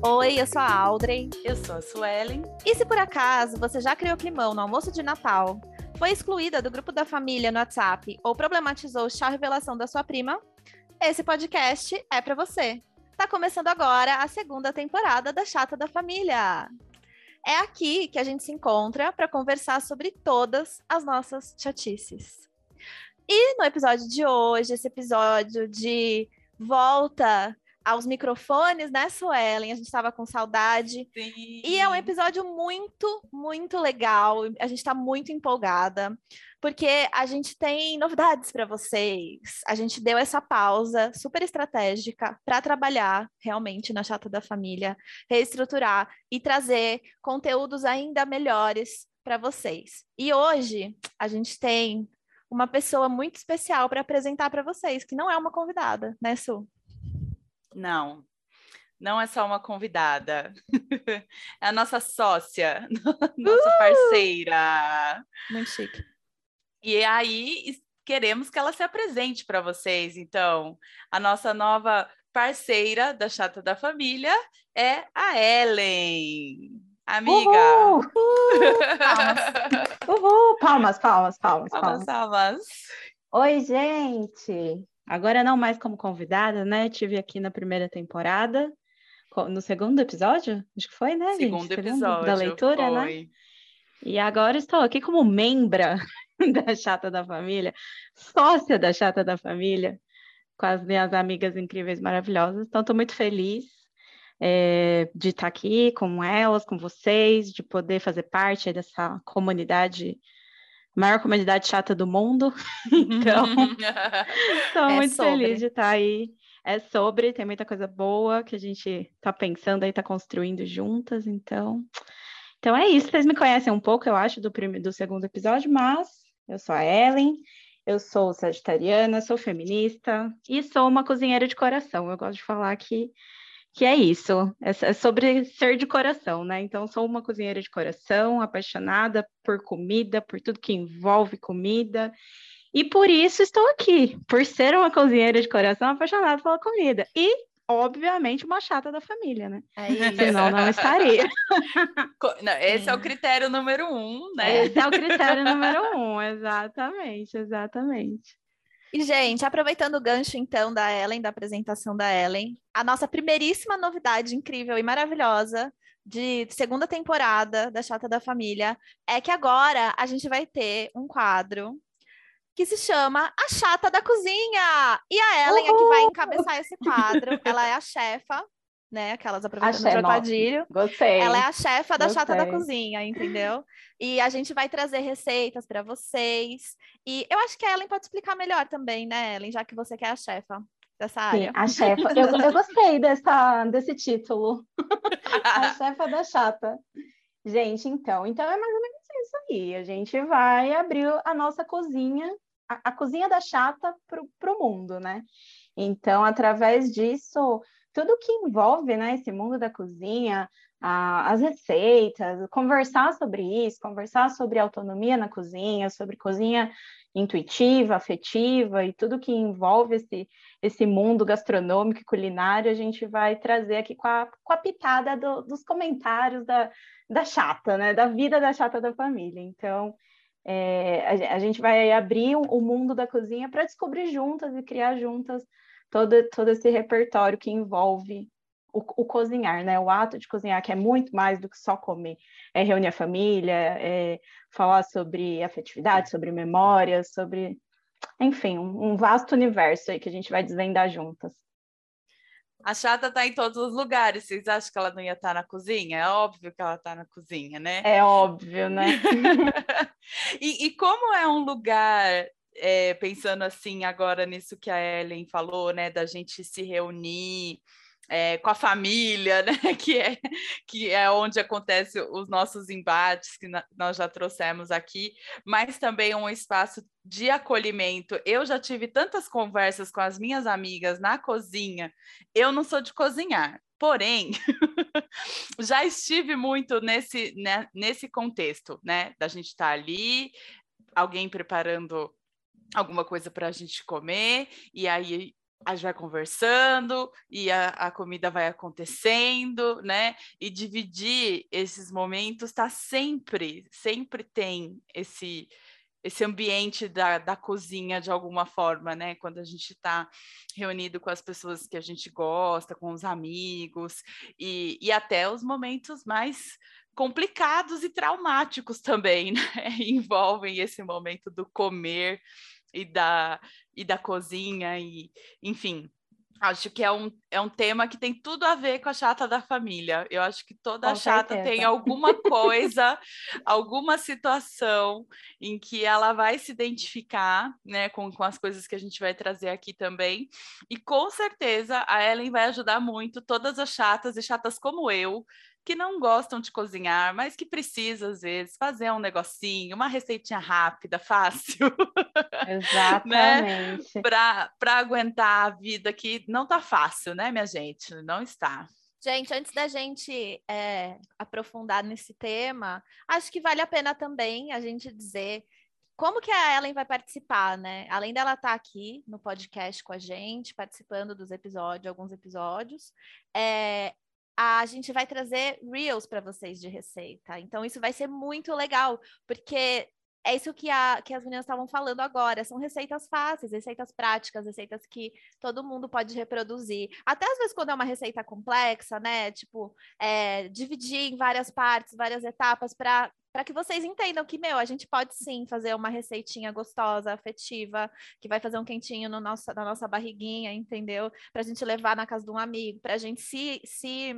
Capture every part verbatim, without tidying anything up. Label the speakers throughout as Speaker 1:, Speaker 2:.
Speaker 1: Oi, eu sou a Audrey.
Speaker 2: Eu sou a Suelen.
Speaker 1: E se por acaso você já criou climão no almoço de Natal, foi excluída do grupo da família no WhatsApp ou problematizou o chá revelação da sua prima, esse podcast é para você. Tá começando agora a segunda temporada da Chata da Família. É aqui que a gente se encontra para conversar sobre todas as nossas chatices. E no episódio de hoje, esse episódio de volta aos microfones, né, Suelen? A gente estava com saudade.
Speaker 2: Sim.
Speaker 1: E é um episódio muito, muito legal. A gente está muito empolgada, porque a gente tem novidades para vocês. A gente deu essa pausa super estratégica para trabalhar realmente na Chata da Família, reestruturar e trazer conteúdos ainda melhores para vocês. E hoje a gente tem uma pessoa muito especial para apresentar para vocês, que não é uma convidada, né, Su?
Speaker 2: Não, não é só uma convidada. É a nossa sócia, nossa
Speaker 1: uh!
Speaker 2: parceira.
Speaker 1: Muito chique.
Speaker 2: E aí queremos que ela se apresente para vocês. Então, a nossa nova parceira da Chata da Família é a Ellen. Amiga.
Speaker 3: Uhul! Palmas. Uhul! Palmas, palmas, palmas,
Speaker 2: palmas. Palmas,
Speaker 3: Oi, gente! Agora não mais como convidada, né? Estive aqui na primeira temporada, no segundo episódio, acho que foi, né,
Speaker 2: segundo
Speaker 3: gente?
Speaker 2: Episódio,
Speaker 3: segundo da leitura,
Speaker 2: foi.
Speaker 3: né? E agora estou aqui como membra da Chata da Família, sócia da Chata da Família, com as minhas amigas incríveis, maravilhosas. Então, estou muito feliz é, de estar aqui com elas, com vocês, de poder fazer parte dessa comunidade, maior comunidade chata do mundo. Então, estou
Speaker 1: É
Speaker 3: muito
Speaker 1: sobre.
Speaker 3: feliz de estar aí. É sobre, tem muita coisa boa que a gente está pensando aí, está construindo juntas, então... Então é isso, vocês me conhecem um pouco, eu acho, do, primeiro, do segundo episódio, mas eu sou a Ellen, eu sou sagitariana, sou feminista e sou uma cozinheira de coração. Eu gosto de falar que, que é isso, é, é sobre ser de coração, né? Então, sou uma cozinheira de coração, apaixonada por comida, por tudo que envolve comida. E por isso estou aqui, por ser uma cozinheira de coração, apaixonada pela comida. E, obviamente, uma chata da família, né?
Speaker 1: É isso.
Speaker 3: Senão não estaria.
Speaker 2: Não, esse é. é o critério número um, né?
Speaker 3: Esse é o critério número um, exatamente, exatamente.
Speaker 1: E, gente, aproveitando o gancho, então, da Ellen, da apresentação da Ellen, a nossa primeiríssima novidade incrível e maravilhosa de segunda temporada da Chata da Família é que agora a gente vai ter um quadro que se chama A Chata da Cozinha. E a Ellen
Speaker 3: Uhul!
Speaker 1: é que vai encabeçar esse quadro. Ela é a chefa, né? Aquelas aproveitando o trocadilho.
Speaker 3: Gostei.
Speaker 1: Ela é a chefa da
Speaker 3: Gostei.
Speaker 1: Chata da Cozinha, entendeu? E a gente vai trazer receitas para vocês. E eu acho que a Ellen pode explicar melhor também, né, Ellen? Já que você que é a chefa dessa área.
Speaker 3: Sim, a chefa. Eu, eu gostei dessa, desse título. A chefa da chata. Gente, então, então é mais ou menos isso aí. A gente vai abrir a nossa cozinha, a, a cozinha da chata para o mundo, né? Então, através disso, tudo que envolve, né, esse mundo da cozinha, a, as receitas, conversar sobre isso, conversar sobre autonomia na cozinha, sobre cozinha intuitiva, afetiva e tudo que envolve esse, esse mundo gastronômico e culinário, a gente vai trazer aqui com a, com a pitada do, dos comentários da, da chata, né, da vida da chata da família. Então, é, a, a gente vai abrir o, o mundo da cozinha para descobrir juntas e criar juntas todo, todo esse repertório que envolve o, o cozinhar, né? O ato de cozinhar, que é muito mais do que só comer. É reunir a família, é falar sobre afetividade, sobre memória, sobre... Enfim, um, um vasto universo aí que a gente vai desvendar juntas.
Speaker 2: A chata está em todos os lugares. Vocês acham que ela não ia estar na cozinha? É óbvio que ela está na cozinha, né?
Speaker 3: É óbvio, né?
Speaker 2: e, e como é um lugar... É, pensando assim agora nisso que a Ellen falou, né, da gente se reunir é, com a família, né, que é, que é onde acontecem os nossos embates que na, nós já trouxemos aqui, mas também um espaço de acolhimento. Eu já tive tantas conversas com as minhas amigas na cozinha, eu não sou de cozinhar, porém, já estive muito nesse, né, nesse contexto, né, da gente estar ali, alguém preparando alguma coisa para a gente comer, e aí a gente vai conversando e a, a comida vai acontecendo, né? E dividir esses momentos tá sempre, sempre tem esse, esse ambiente da, da cozinha de alguma forma, né? Quando a gente está reunido com as pessoas que a gente gosta, com os amigos, e, e até os momentos mais complicados e traumáticos também, né? Envolvem esse momento do comer e da, e da cozinha, e enfim, acho que é um, é um tema que tem tudo a ver com a chata da família. Eu acho que toda
Speaker 3: Com
Speaker 2: chata
Speaker 3: certeza.
Speaker 2: tem alguma coisa, alguma situação em que ela vai se identificar, né, com, com as coisas que a gente vai trazer aqui também. E com certeza a Ellen vai ajudar muito todas as chatas e chatas como eu, que não gostam de cozinhar, mas que precisa, às vezes, fazer um negocinho, uma receitinha rápida, fácil.
Speaker 3: Exatamente.
Speaker 2: Né? Para aguentar a vida que não tá fácil, né, minha gente? Não está.
Speaker 1: Gente, antes da gente é, aprofundar nesse tema, acho que vale a pena também a gente dizer como que a Ellen vai participar, né? Além dela estar aqui no podcast com a gente, participando dos episódios, alguns episódios, é, a gente vai trazer reels para vocês de receita. Então, isso vai ser muito legal, porque é isso que, a, que as meninas estavam falando agora. São receitas fáceis, receitas práticas, receitas que todo mundo pode reproduzir. Até às vezes quando é uma receita complexa, né? Tipo, é, dividir em várias partes, várias etapas, para para que vocês entendam que, meu, a gente pode sim fazer uma receitinha gostosa, afetiva, que vai fazer um quentinho no nosso, na nossa barriguinha, entendeu? Para a gente levar na casa de um amigo, para a gente se... se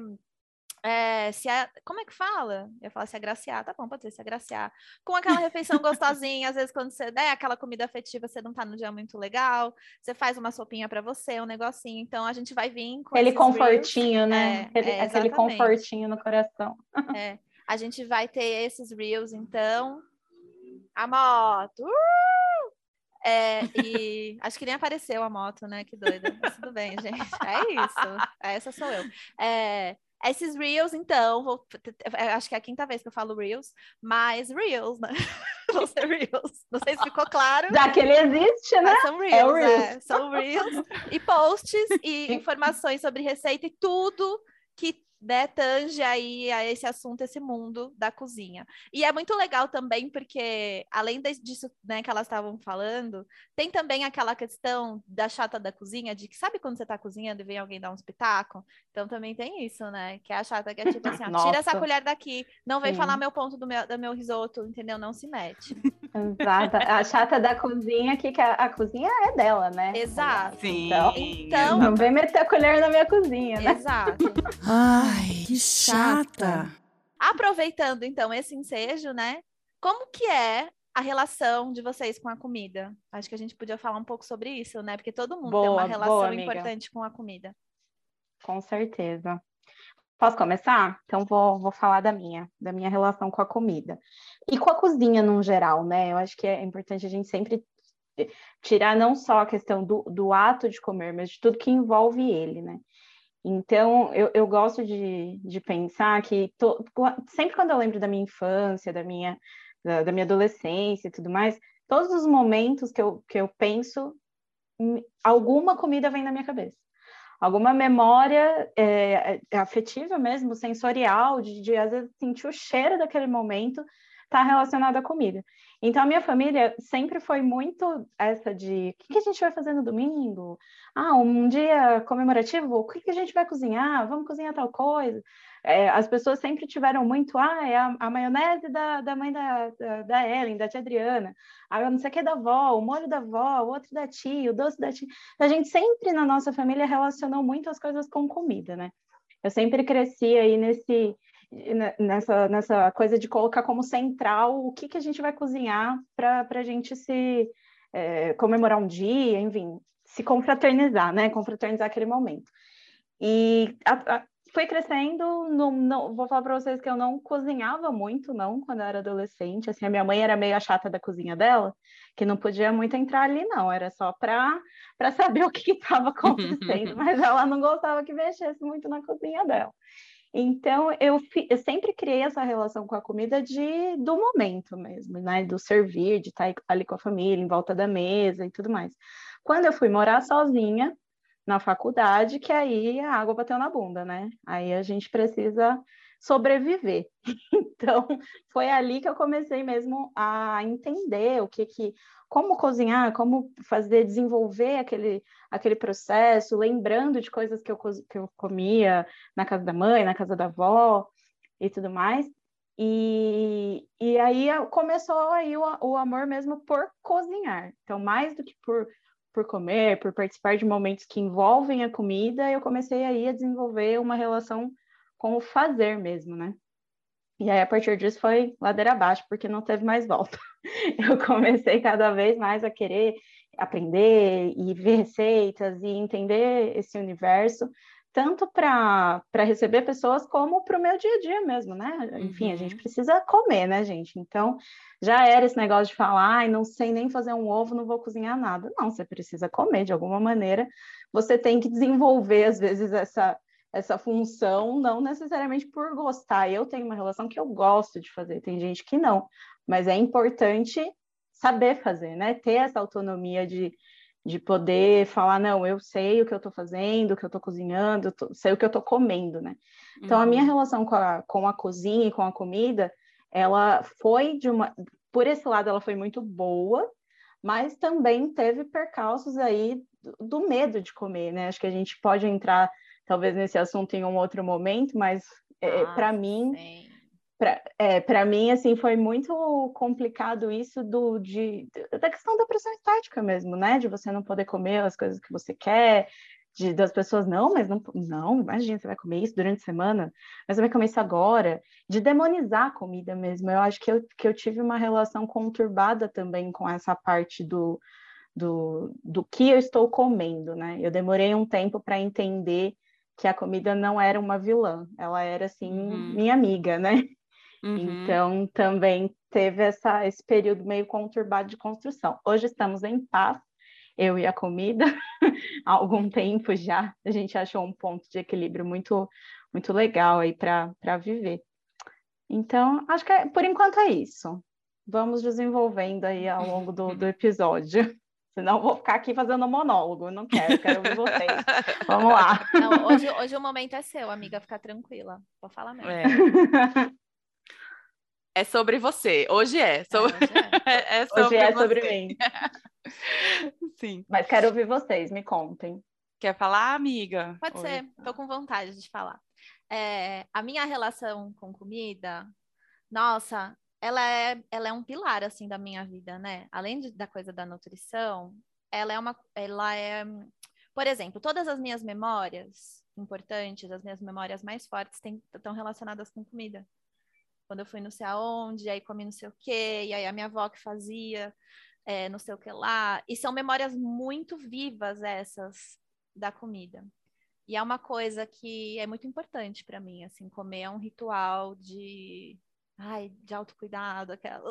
Speaker 1: É, se a, como é que fala? Eu ia falar se agraciar, tá bom, pode ser se agraciar. Com aquela refeição gostosinha, às vezes quando você der aquela comida afetiva, você não tá no dia muito legal, você faz uma sopinha para você, um negocinho. Então a gente vai vir com
Speaker 3: aquele
Speaker 1: esses
Speaker 3: confortinho,
Speaker 1: reels.
Speaker 3: né?
Speaker 1: É,
Speaker 3: aquele,
Speaker 1: é,
Speaker 3: aquele confortinho no coração.
Speaker 1: É, a gente vai ter esses reels, então. A moto! Uh! É, e acho que nem apareceu a moto, né? Que doida. Mas tudo bem, gente. É isso. Essa sou eu. É, esses Reels, então, vou, acho que é a quinta vez que eu falo Reels, mas Reels, né? Vão ser Reels. Não sei se ficou claro.
Speaker 3: Já que ele existe, né?
Speaker 1: Mas são Reels,
Speaker 3: é o Reels.
Speaker 1: É, são Reels. E posts e informações sobre receita e tudo que, né, tange aí a esse assunto, esse mundo da cozinha. E é muito legal também porque, além disso, né, que elas estavam falando, tem também aquela questão da chata da cozinha, de que sabe quando você tá cozinhando e vem alguém dar um espetáculo? Então também tem isso, né? Que é a chata que é tipo assim, ó, tira essa colher daqui, não vem Sim. falar meu ponto do meu, do meu risoto, entendeu? Não se mete.
Speaker 3: Exato. A chata da cozinha aqui, que a, a cozinha é dela, né?
Speaker 1: Exato.
Speaker 2: Sim.
Speaker 3: Então, então, não vem meter a colher na minha cozinha, né?
Speaker 1: Exato.
Speaker 4: Ai, que chata.
Speaker 1: Aproveitando, então, esse ensejo, né? Como que é a relação de vocês com a comida? Acho que a gente podia falar um pouco sobre isso, né? Porque todo mundo
Speaker 3: boa,
Speaker 1: tem uma relação
Speaker 3: boa,
Speaker 1: importante com a comida.
Speaker 3: Com certeza. Posso começar? Então, vou, vou falar da minha, da minha relação com a comida. E com a cozinha, no geral, né? Eu acho que é importante a gente sempre tirar não só a questão do, do ato de comer, mas de tudo que envolve ele, né? Então, eu, eu gosto de, de pensar que to, sempre quando eu lembro da minha infância, da minha, da, da minha adolescência e tudo mais, todos os momentos que eu, que eu penso, alguma comida vem na minha cabeça. Alguma memória é, afetiva mesmo, sensorial, de, de às vezes sentir o cheiro daquele momento, está relacionado à comida. Então, a minha família sempre foi muito essa de, o que, que a gente vai fazer no domingo? Ah, um dia comemorativo, o que, que a gente vai cozinhar? Vamos cozinhar tal coisa? É, as pessoas sempre tiveram muito, ah, é a, a maionese da, da mãe da, da, da Ellen, da tia Adriana, ah, não sei o que da avó, o molho da avó, o outro da tia, o doce da tia. A gente sempre, na nossa família, relacionou muito as coisas com comida, né? Eu sempre cresci aí nesse... Nessa, nessa coisa de colocar como central o que, que a gente vai cozinhar para a gente se é, comemorar um dia, enfim, se confraternizar, né? Confraternizar aquele momento. E a, a, fui crescendo, não, não, vou falar para vocês que eu não cozinhava muito, não, quando eu era adolescente. Assim, a minha mãe era meio a chata da cozinha dela, que não podia muito entrar ali, não, era só para saber o que estava acontecendo, mas ela não gostava que mexesse muito na cozinha dela. Então, eu, eu sempre criei essa relação com a comida de, do momento mesmo, né? Do servir, de estar ali com a família, em volta da mesa e tudo mais. Quando eu fui morar sozinha, na faculdade, que aí a água bateu na bunda, né? Aí a gente precisa sobreviver. Então, foi ali que eu comecei mesmo a entender o que que, como cozinhar, como fazer, desenvolver aquele, aquele processo, lembrando de coisas que eu, que eu comia na casa da mãe, na casa da avó e tudo mais. E, e aí começou aí o, o amor mesmo por cozinhar. Então, mais do que por, por comer, por participar de momentos que envolvem a comida, eu comecei aí a desenvolver uma relação com o fazer mesmo, né? E aí, a partir disso, foi ladeira abaixo, porque não teve mais volta. Eu comecei cada vez mais a querer aprender e ver receitas e entender esse universo, tanto para para receber pessoas como para o meu dia a dia mesmo, né? Enfim,
Speaker 2: Uhum.
Speaker 3: A gente precisa comer, né, gente? Então, já era esse negócio de falar, ai, não sei nem fazer um ovo, não vou cozinhar nada. Não, você precisa comer de alguma maneira. Você tem que desenvolver, às vezes, essa essa função, não necessariamente por gostar. Eu tenho uma relação que eu gosto de fazer, tem gente que não, mas é importante saber fazer, né? Ter essa autonomia de, de poder falar, não, eu sei o que eu estou fazendo, o que eu estou cozinhando, tô, sei o que eu estou comendo, né? Então,
Speaker 2: Uhum.
Speaker 3: a minha relação com a, com a cozinha e com a comida, ela foi de uma... Por esse lado, ela foi muito boa, mas também teve percalços aí do, do medo de comer, né? Acho que a gente pode entrar talvez nesse assunto em um outro momento, mas é, para mim, para é, mim, assim, foi muito complicado isso do, de, da questão da pressão estética mesmo, né? De você não poder comer as coisas que você quer, de, das pessoas, não, mas não, não, imagina, você vai comer isso durante a semana, mas você vai comer isso agora, de demonizar a comida mesmo. Eu acho que eu, que eu tive uma relação conturbada também com essa parte do, do, do que eu estou comendo, né? Eu demorei um tempo para entender que a comida não era uma vilã, ela era, assim,
Speaker 2: Uhum.
Speaker 3: minha amiga, né?
Speaker 2: Uhum.
Speaker 3: Então, também teve essa, esse período meio conturbado de construção. Hoje estamos em paz, eu e a comida, há algum tempo já, a gente achou um ponto de equilíbrio muito, muito legal aí para viver. Então, acho que é, por enquanto é isso. Vamos desenvolvendo aí ao longo do, do episódio. Senão eu vou ficar aqui fazendo monólogo. Não quero, quero ouvir vocês. Vamos lá.
Speaker 1: Não, hoje, hoje o momento é seu, amiga. Fica tranquila. Vou falar mesmo.
Speaker 2: É. É sobre você. Hoje é. Sobre...
Speaker 1: É, hoje é.
Speaker 2: é sobre
Speaker 3: Hoje é
Speaker 2: você.
Speaker 3: sobre mim.
Speaker 2: Sim.
Speaker 3: Mas quero ouvir vocês, me contem.
Speaker 2: Quer falar, amiga?
Speaker 1: Pode
Speaker 2: Oi.
Speaker 1: ser, tô com vontade de falar. É, a minha relação com comida, nossa, ela é, ela é um pilar, assim, da minha vida, né? Além de- da coisa da nutrição, ela é uma, ela é, por exemplo, todas as minhas memórias importantes, as minhas memórias mais fortes estão relacionadas com comida. Quando eu fui não sei aonde, aí comi não sei o quê, e aí a minha avó que fazia é, não sei o que lá. E são memórias muito vivas essas da comida. E é uma coisa que é muito importante para mim, assim, comer é um ritual de, ai, de autocuidado, aquelas.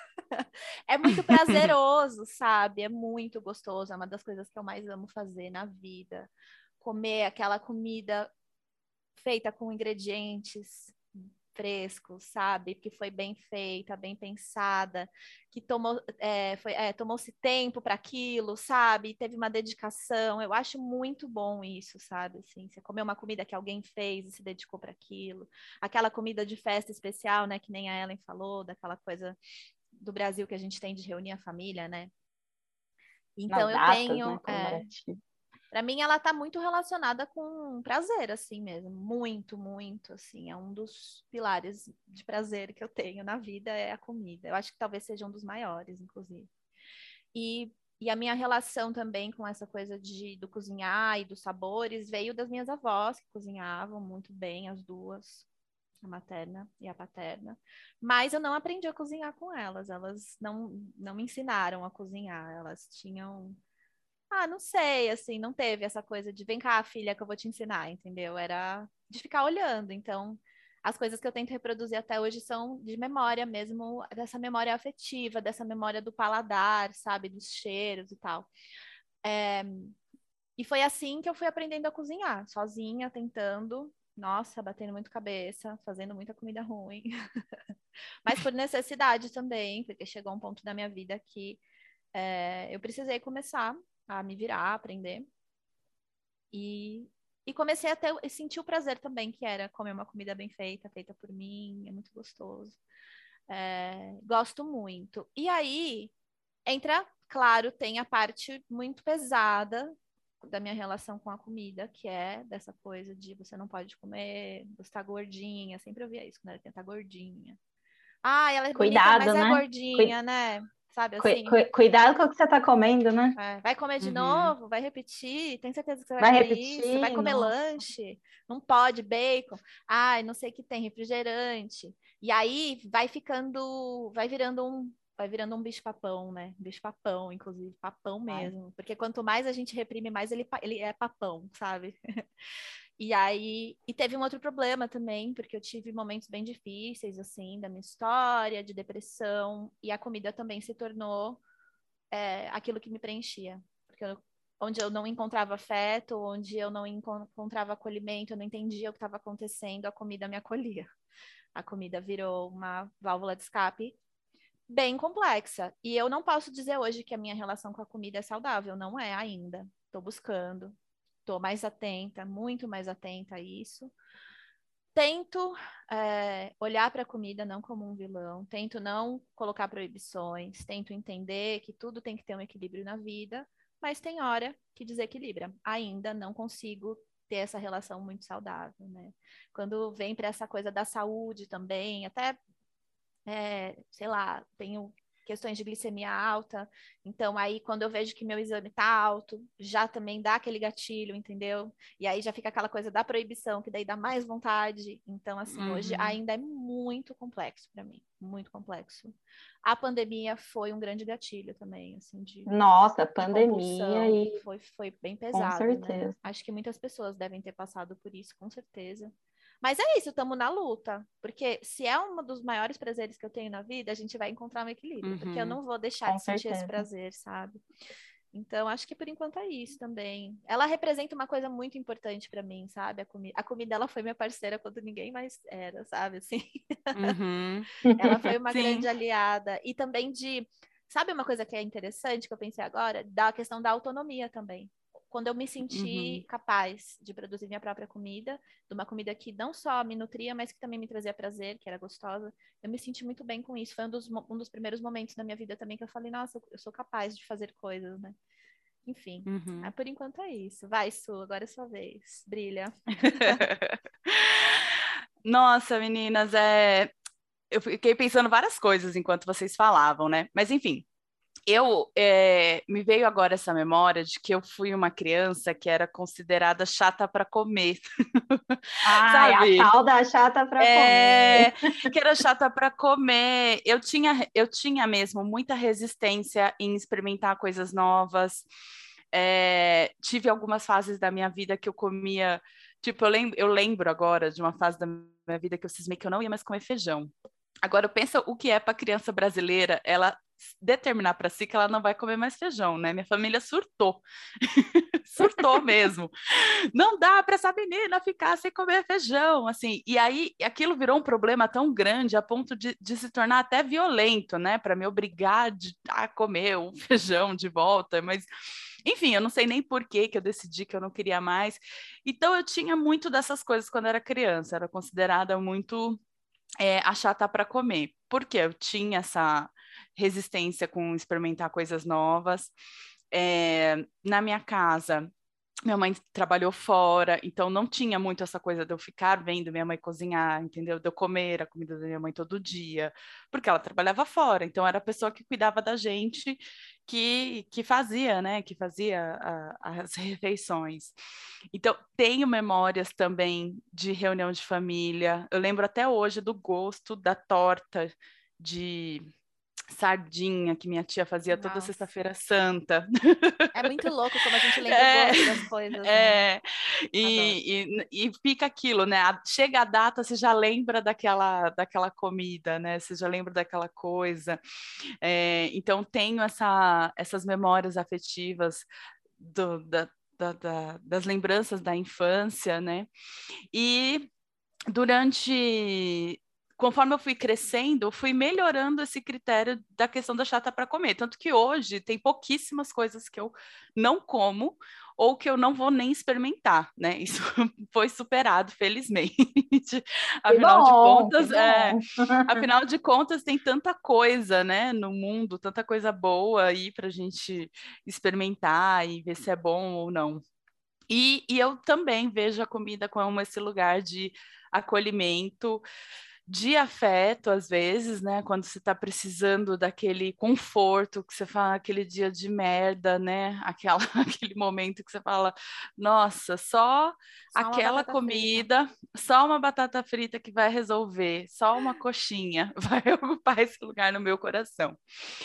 Speaker 1: É muito prazeroso, sabe? É muito gostoso, é uma das coisas que eu mais amo fazer na vida. Comer aquela comida feita com ingredientes frescos, sabe? Que foi bem feita, bem pensada, que tomou, é, foi, é, tomou-se tempo para aquilo, sabe? Teve uma dedicação. Eu acho muito bom isso, sabe? Assim, você comer uma comida que alguém fez e se dedicou para aquilo. Aquela comida de festa especial, né? Que nem a Ellen falou, daquela coisa do Brasil que a gente tem de reunir a família, né? Então
Speaker 3: Nas
Speaker 1: eu
Speaker 3: datas, né?
Speaker 1: tenho, é,
Speaker 3: Comemorativo.
Speaker 1: para mim, ela tá muito relacionada com prazer, assim mesmo. Muito, muito, assim. É um dos pilares de prazer que eu tenho na vida, é a comida. Eu acho que talvez seja um dos maiores, inclusive. E, e a minha relação também com essa coisa de, do cozinhar e dos sabores veio das minhas avós, que cozinhavam muito bem, as duas, a materna e a paterna. Mas eu não aprendi a cozinhar com elas. Elas não, não me ensinaram a cozinhar. Elas tinham... Ah, não sei, assim, não teve essa coisa de vem cá, filha, que eu vou te ensinar, entendeu? Era de ficar olhando. Então, as coisas que eu tento reproduzir até hoje são de memória mesmo, dessa memória afetiva, dessa memória do paladar, sabe? Dos cheiros e tal. É... E foi assim que eu fui aprendendo a cozinhar, sozinha, tentando. Nossa, batendo muito cabeça, fazendo muita comida ruim. Mas por necessidade também, porque chegou um ponto da minha vida que é, eu precisei começar a me virar, a aprender. E, e comecei a ter, sentir o prazer também, que era comer uma comida bem feita, feita por mim, é muito gostoso. É, gosto muito. E aí, entra, claro, tem a parte muito pesada da minha relação com a comida, que é dessa coisa de você não pode comer, você tá gordinha, sempre ouvia isso quando era criança, tá gordinha. Ah, ela é bonita,
Speaker 3: Cuidado,
Speaker 1: mas é
Speaker 3: né?
Speaker 1: gordinha, né? Sabe
Speaker 3: Cu-
Speaker 1: assim?
Speaker 3: cu- cuidado com o que você tá comendo, né?
Speaker 1: É, vai comer de
Speaker 2: Uhum.
Speaker 1: novo, vai repetir, tem certeza que você vai,
Speaker 3: Vai
Speaker 1: comer
Speaker 3: repetir,
Speaker 1: isso, vai comer
Speaker 3: nossa.
Speaker 1: lanche, não pode, bacon, ai, não sei o que tem, refrigerante. E aí vai ficando, vai virando um, vai virando um bicho-papão, né? Bicho-papão, inclusive, papão mesmo. Porque quanto mais a gente reprime, mais ele, pa- ele é papão, sabe? E aí, e teve um outro problema também, porque eu tive momentos bem difíceis, assim, da minha história, de depressão, e a comida também se tornou é, aquilo que me preenchia. Porque eu, onde eu não encontrava afeto, onde eu não encon- encontrava acolhimento, eu não entendia o que estava acontecendo, a comida me acolhia. A comida virou uma válvula de escape bem complexa. E eu não posso dizer hoje que a minha relação com a comida é saudável, não é ainda. Estou buscando, estou mais atenta, muito mais atenta a isso. Tento é, olhar para a comida não como um vilão, tento não colocar proibições, tento entender que tudo tem que ter um equilíbrio na vida, mas tem hora que desequilibra. Ainda não consigo ter essa relação muito saudável, né? Quando vem para essa coisa da saúde também, até, é, sei lá, tenho questões de glicemia alta, então aí quando eu vejo que meu exame tá alto, já também dá aquele gatilho, entendeu? E aí já fica aquela coisa da proibição, que daí dá mais vontade. Então, assim,
Speaker 2: Uhum.
Speaker 1: hoje ainda é muito complexo para mim, muito complexo. A pandemia foi um grande gatilho também, assim, de,
Speaker 3: Nossa,
Speaker 1: de
Speaker 3: pandemia
Speaker 1: compulsão,
Speaker 3: e
Speaker 1: foi, foi bem
Speaker 3: com
Speaker 1: pesado, né?
Speaker 3: certeza.
Speaker 1: Acho que muitas pessoas devem ter passado por isso, com certeza. Mas é isso, estamos na luta. Porque se é um dos maiores prazeres que eu tenho na vida, a gente vai encontrar um equilíbrio.
Speaker 2: Uhum.
Speaker 1: Porque eu não vou deixar
Speaker 3: Com
Speaker 1: de sentir esse
Speaker 3: certeza.
Speaker 1: prazer, sabe? Então, acho que por enquanto é isso também. Ela representa uma coisa muito importante para mim, sabe? A, comi a comida, ela foi minha parceira quando ninguém mais era, sabe? Assim,
Speaker 2: Uhum.
Speaker 1: ela foi uma
Speaker 2: Sim.
Speaker 1: grande aliada. E também de... Sabe uma coisa que é interessante que eu pensei agora? Da questão da autonomia também. Quando eu me senti
Speaker 2: Uhum.
Speaker 1: capaz de produzir minha própria comida, de uma comida que não só me nutria, mas que também me trazia prazer, que era gostosa, eu me senti muito bem com isso. Foi um dos, um dos primeiros momentos da minha vida também que eu falei, nossa, eu sou capaz de fazer coisas, né? Enfim,
Speaker 2: Uhum.
Speaker 1: ah, por enquanto é isso. Vai, Su, agora é sua vez. Brilha.
Speaker 2: Nossa, meninas, é... eu fiquei pensando várias coisas enquanto vocês falavam, né? Mas enfim, eu é... me veio agora essa memória de que eu fui uma criança que era considerada chata para comer,
Speaker 3: Ai, a
Speaker 2: sabe?
Speaker 3: tal da chata para
Speaker 2: É,
Speaker 3: comer.
Speaker 2: que era chata para comer. Eu tinha, eu tinha mesmo muita resistência em experimentar coisas novas. É, tive algumas fases da minha vida que eu comia, tipo, eu lembro, eu lembro agora de uma fase da minha vida que eu cismei que eu não ia mais comer feijão. Agora, pensa o que é para criança brasileira ela determinar para si que ela não vai comer mais feijão, né? Minha família surtou, surtou mesmo. Não dá para essa menina ficar sem comer feijão, assim. E aí, aquilo virou um problema tão grande a ponto de, de se tornar até violento, né? Para me obrigar de, a comer o feijão de volta, mas... Enfim, eu não sei nem por que que eu decidi que eu não queria mais. Então, eu tinha muito dessas coisas quando era criança. Era considerada muito é, a chata para comer. Porque eu tinha essa resistência com experimentar coisas novas. É, na minha casa, minha mãe trabalhou fora, então não tinha muito essa coisa de eu ficar vendo minha mãe cozinhar, entendeu? De eu comer a comida da minha mãe todo dia, porque ela trabalhava fora, então era a pessoa que cuidava da gente, que, que fazia, né? Que fazia a, as refeições. Então, tenho memórias também de reunião de família. Eu lembro até hoje do gosto da torta de sardinha que minha tia fazia toda
Speaker 1: Nossa.
Speaker 2: sexta-feira santa.
Speaker 1: É muito louco como a gente lembra
Speaker 2: É,
Speaker 1: o gosto das coisas, né?
Speaker 2: é, e, e, e fica aquilo, né? A- Chega a data, você já lembra daquela, daquela comida, né? Você já lembra daquela coisa. É, então, tenho essa, essas memórias afetivas do, da, da, da, das lembranças da infância, né? E durante conforme eu fui crescendo, eu fui melhorando esse critério da questão da chata para comer. Tanto que hoje tem pouquíssimas coisas que eu não como, ou que eu não vou nem experimentar, né? Isso foi superado, felizmente. Afinal
Speaker 3: bom,
Speaker 2: de contas,
Speaker 3: que
Speaker 2: é,
Speaker 3: bom.
Speaker 2: afinal de contas, tem tanta coisa, né, no mundo, tanta coisa boa aí para a gente experimentar e ver se é bom ou não. E, e eu também vejo a comida como esse lugar de acolhimento, de afeto, às vezes, né? Quando você está precisando daquele conforto, que você fala aquele dia de merda, né? Aquela, aquele momento que você fala, nossa, só,
Speaker 1: Só uma
Speaker 2: aquela
Speaker 1: batata
Speaker 2: comida,
Speaker 1: frita.
Speaker 2: só uma batata frita que vai resolver, só uma coxinha vai ocupar esse lugar no meu coração.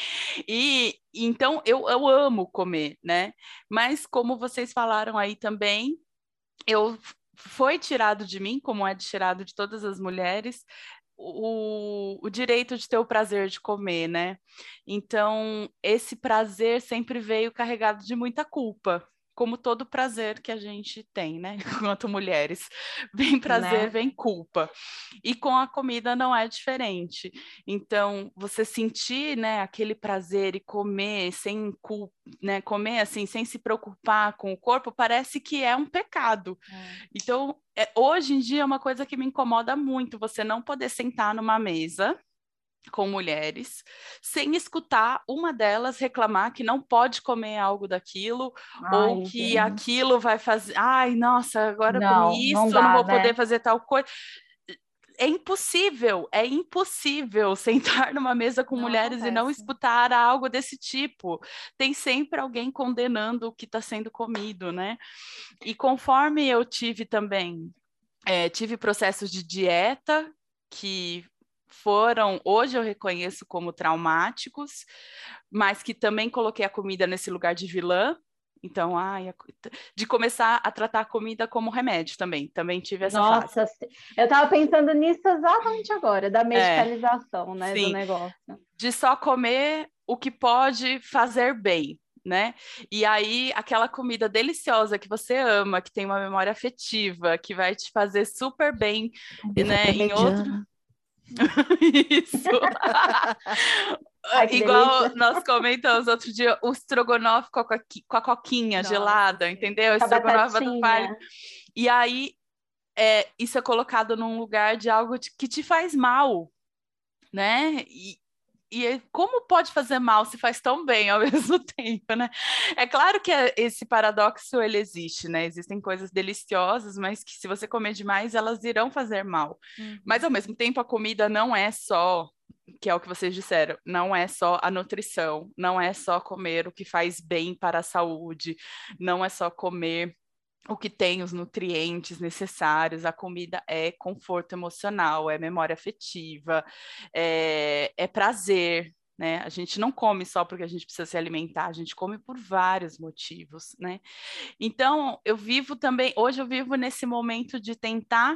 Speaker 2: E então eu, eu amo comer, né? Mas como vocês falaram aí também, eu foi tirado de mim, como é tirado de todas as mulheres, o, o direito de ter o prazer de comer, né? Então, esse prazer sempre veio carregado de muita culpa, como todo prazer que a gente tem, né? Enquanto mulheres. Vem prazer,
Speaker 3: Né?
Speaker 2: vem culpa. E com a comida não é diferente. Então, você sentir, né, aquele prazer e comer sem culpa, né, comer assim, sem se preocupar com o corpo, parece que é um pecado.
Speaker 1: É.
Speaker 2: Então, é, hoje em dia é uma coisa que me incomoda muito, você não poder sentar numa mesa com mulheres, sem escutar uma delas reclamar que não pode comer algo daquilo, ou
Speaker 3: Ai,
Speaker 2: que
Speaker 3: gente.
Speaker 2: aquilo vai fazer, ai, nossa, agora eu
Speaker 3: Não,
Speaker 2: comi
Speaker 3: não
Speaker 2: isso, eu não
Speaker 3: dá,
Speaker 2: vou
Speaker 3: né?
Speaker 2: poder fazer tal coisa. É impossível, é impossível sentar numa mesa com
Speaker 1: Não
Speaker 2: mulheres e não
Speaker 1: acontece.
Speaker 2: escutar algo desse tipo. Tem sempre alguém condenando o que está sendo comido, né? E conforme eu tive também, é, tive processos de dieta que foram, hoje eu reconheço como traumáticos, mas que também coloquei a comida nesse lugar de vilã. Então, ai, de começar a tratar a comida como remédio também. Também tive essa fase.
Speaker 3: Nossa, eu estava pensando nisso exatamente agora, da
Speaker 2: É,
Speaker 3: medicalização, né, do
Speaker 2: sim,
Speaker 3: negócio.
Speaker 2: de só comer o que pode fazer bem, né? E aí, aquela comida deliciosa que você ama, que tem uma memória afetiva, que vai te fazer super bem,
Speaker 1: Bife
Speaker 2: né? Em outro.
Speaker 1: parmegiana.
Speaker 2: Isso.
Speaker 3: Ai, que
Speaker 2: Igual
Speaker 3: delícia.
Speaker 2: nós comentamos outro dia, o estrogonofe com a, coqui- com a coquinha
Speaker 1: Nossa,
Speaker 2: gelada,
Speaker 1: sim.
Speaker 2: entendeu?
Speaker 3: Com a
Speaker 2: Estrogonofe batata palha.
Speaker 3: batatinha.
Speaker 2: E aí, é, isso é colocado num lugar de algo de- que te faz mal, né? E, e como pode fazer mal se faz tão bem ao mesmo tempo, né? É claro que é- esse paradoxo ele existe, né? Existem coisas deliciosas, mas que se você comer demais, elas irão fazer mal.
Speaker 1: Uhum.
Speaker 2: Mas ao mesmo tempo, a comida não é só, que é o que vocês disseram, não é só a nutrição, não é só comer o que faz bem para a saúde, não é só comer o que tem os nutrientes necessários, a comida é conforto emocional, é memória afetiva, é, é prazer, né? A gente não come só porque a gente precisa se alimentar, a gente come por vários motivos, né? Então, eu vivo também, hoje eu vivo nesse momento de tentar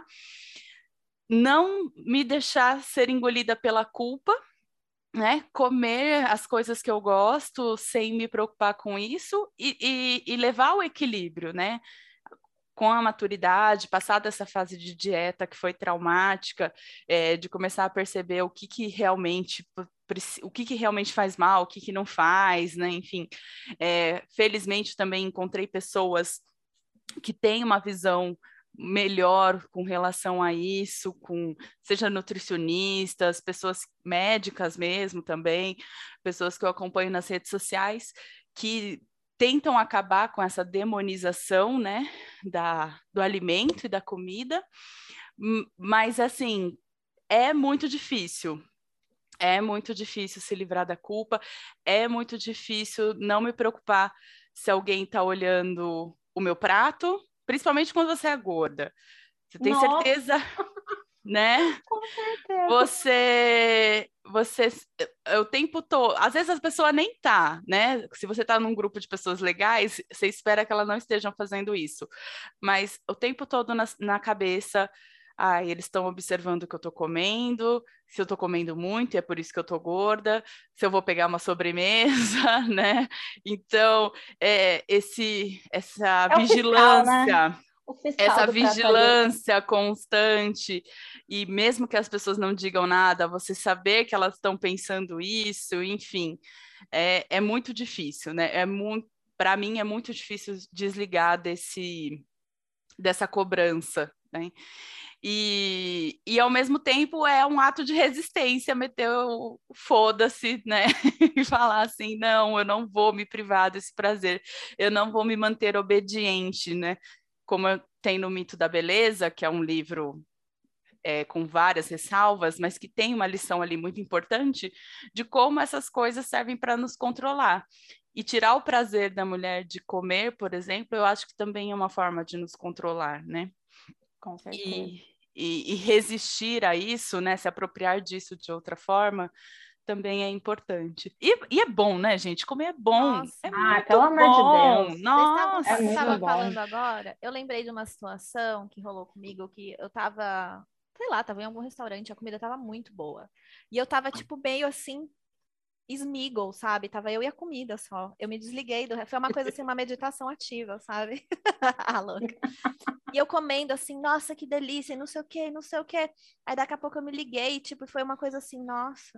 Speaker 2: não me deixar ser engolida pela culpa, né? Comer as coisas que eu gosto sem me preocupar com isso e, e, e levar o equilíbrio, né? Com a maturidade, passada essa fase de dieta que foi traumática, é, de começar a perceber o que, que realmente o que, que realmente faz mal, o que, que não faz, né? Enfim, é, felizmente também encontrei pessoas que têm uma visão melhor com relação a isso, com seja nutricionistas, pessoas médicas mesmo também, pessoas que eu acompanho nas redes sociais, que tentam acabar com essa demonização, né, da, do alimento e da comida, mas assim, é muito difícil. É muito difícil se livrar da culpa, é muito difícil não me preocupar se alguém está olhando o meu prato, principalmente quando você é gorda. Você tem
Speaker 3: Nossa,
Speaker 2: certeza, né?
Speaker 3: com certeza.
Speaker 2: Você, você, o tempo todo, às vezes as pessoas nem tá, né? Se você tá num grupo de pessoas legais, você espera que elas não estejam fazendo isso, mas o tempo todo na, na cabeça, ah, eles estão observando o que eu tô comendo, se eu tô comendo muito, e é por isso que eu tô gorda, se eu vou pegar uma sobremesa, né? Então, é, esse, essa
Speaker 3: É o fiscal, né?
Speaker 2: vigilância,
Speaker 3: O fiscal
Speaker 2: essa
Speaker 3: do prato ali.
Speaker 2: vigilância constante, e mesmo que as pessoas não digam nada, você saber que elas estão pensando isso, enfim, é, é muito difícil, né? É muito, para mim é muito difícil desligar desse, dessa cobrança, né? E, e, ao mesmo tempo, é um ato de resistência meter o foda-se, né? E falar assim, não, eu não vou me privar desse prazer, eu não vou me manter obediente, né? Como tem no Mito da Beleza, que é um livro é, com várias ressalvas, mas que tem uma lição ali muito importante de como essas coisas servem para nos controlar. E tirar o prazer da mulher de comer, por exemplo, eu acho que também é uma forma de nos controlar, né?
Speaker 3: Com certeza.
Speaker 2: E, e, e resistir a isso, né? Se apropriar disso de outra forma, também é importante. E, e é bom, né, gente? Comer é bom.
Speaker 1: Nossa.
Speaker 2: É
Speaker 3: Ah,
Speaker 2: muito
Speaker 3: pelo amor de
Speaker 2: bom.
Speaker 3: Deus.
Speaker 2: Nossa!
Speaker 3: É
Speaker 1: Você
Speaker 3: muito
Speaker 1: estava
Speaker 3: bom.
Speaker 1: falando agora, eu lembrei de uma situação que rolou comigo, que eu tava, sei lá, tava em algum restaurante, a comida tava muito boa. E eu tava, tipo, meio assim, Smiggle, sabe? Tava eu e a comida só. Eu me desliguei do... Foi uma coisa assim, uma meditação ativa, sabe? Ah, louca. E eu comendo assim, nossa, que delícia, e não sei o quê, não sei o quê. Aí daqui a pouco eu me liguei, tipo, foi uma coisa assim, nossa.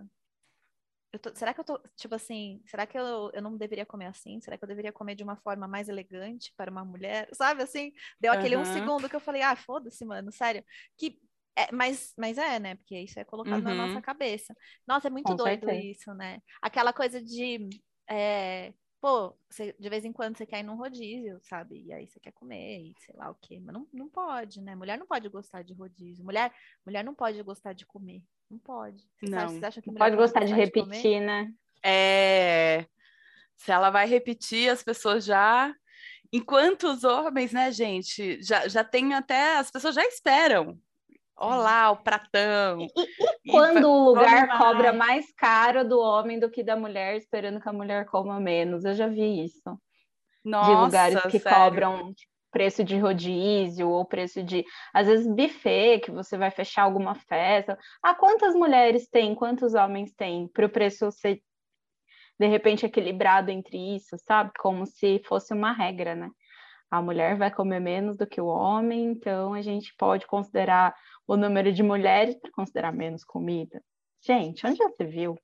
Speaker 1: Eu tô... Será que eu tô, tipo assim, será que eu, eu não deveria comer assim? Será que eu deveria comer de uma forma mais elegante para uma mulher? Sabe assim? Deu aquele um
Speaker 2: Uhum.
Speaker 1: segundo que eu falei, ah, foda-se, mano, sério. Que é, mas, mas é, né? Porque isso é colocado na nossa
Speaker 2: Uhum.
Speaker 1: cabeça. Nossa, é muito
Speaker 3: Com
Speaker 1: doido
Speaker 3: certeza.
Speaker 1: isso, né? Aquela coisa de, é, pô, você- de vez em quando você quer ir num rodízio, sabe? E aí você quer comer e sei lá o quê. Mas não, não pode, né? Mulher não pode gostar de rodízio. Mulher, mulher não pode gostar de comer. Não pode. Vocês acham,
Speaker 2: Não.
Speaker 1: vocês acham que
Speaker 3: Não
Speaker 1: mulher
Speaker 3: pode
Speaker 1: pode
Speaker 3: gostar de
Speaker 1: gostar de comer?
Speaker 3: repetir, né?
Speaker 2: É... Se ela vai repetir, as pessoas já... Enquanto os homens, né, gente, já, já tem até... As pessoas já esperam. Olá, o pratão.
Speaker 3: E, e
Speaker 2: E
Speaker 3: quando
Speaker 2: va-
Speaker 3: o
Speaker 2: vamos
Speaker 3: lugar
Speaker 2: lá.
Speaker 3: cobra mais caro do homem do que da mulher, esperando que a mulher coma menos? Eu já vi isso. De lugares
Speaker 2: Nossa,
Speaker 3: que
Speaker 2: sério.
Speaker 3: cobram preço de rodízio ou preço de, às vezes, buffet, que você vai fechar alguma festa. Ah, quantas mulheres tem, quantos homens tem, para o preço ser, de repente, equilibrado entre isso, sabe? Como se fosse uma regra, né? A mulher vai comer menos do que o homem, então a gente pode considerar o número de mulheres para considerar menos comida. Gente, onde já se viu?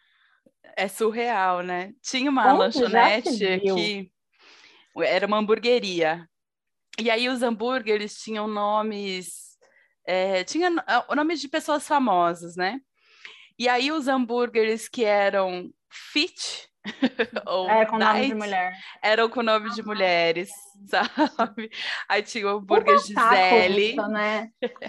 Speaker 2: É surreal, né? Tinha uma
Speaker 3: Onde já se
Speaker 2: lanchonete
Speaker 3: viu?
Speaker 2: que era uma hamburgueria. E aí os hambúrgueres tinham nomes... é, tinha no- o nome de pessoas famosas, né? E aí os hambúrgueres que eram fit ou
Speaker 3: É, com nome de
Speaker 2: diet
Speaker 3: mulher.
Speaker 2: eram com nome de mulheres, sabe? Aí tinha o
Speaker 3: Puta
Speaker 2: hambúrguer
Speaker 3: saco
Speaker 2: Gisele.
Speaker 3: isso, né?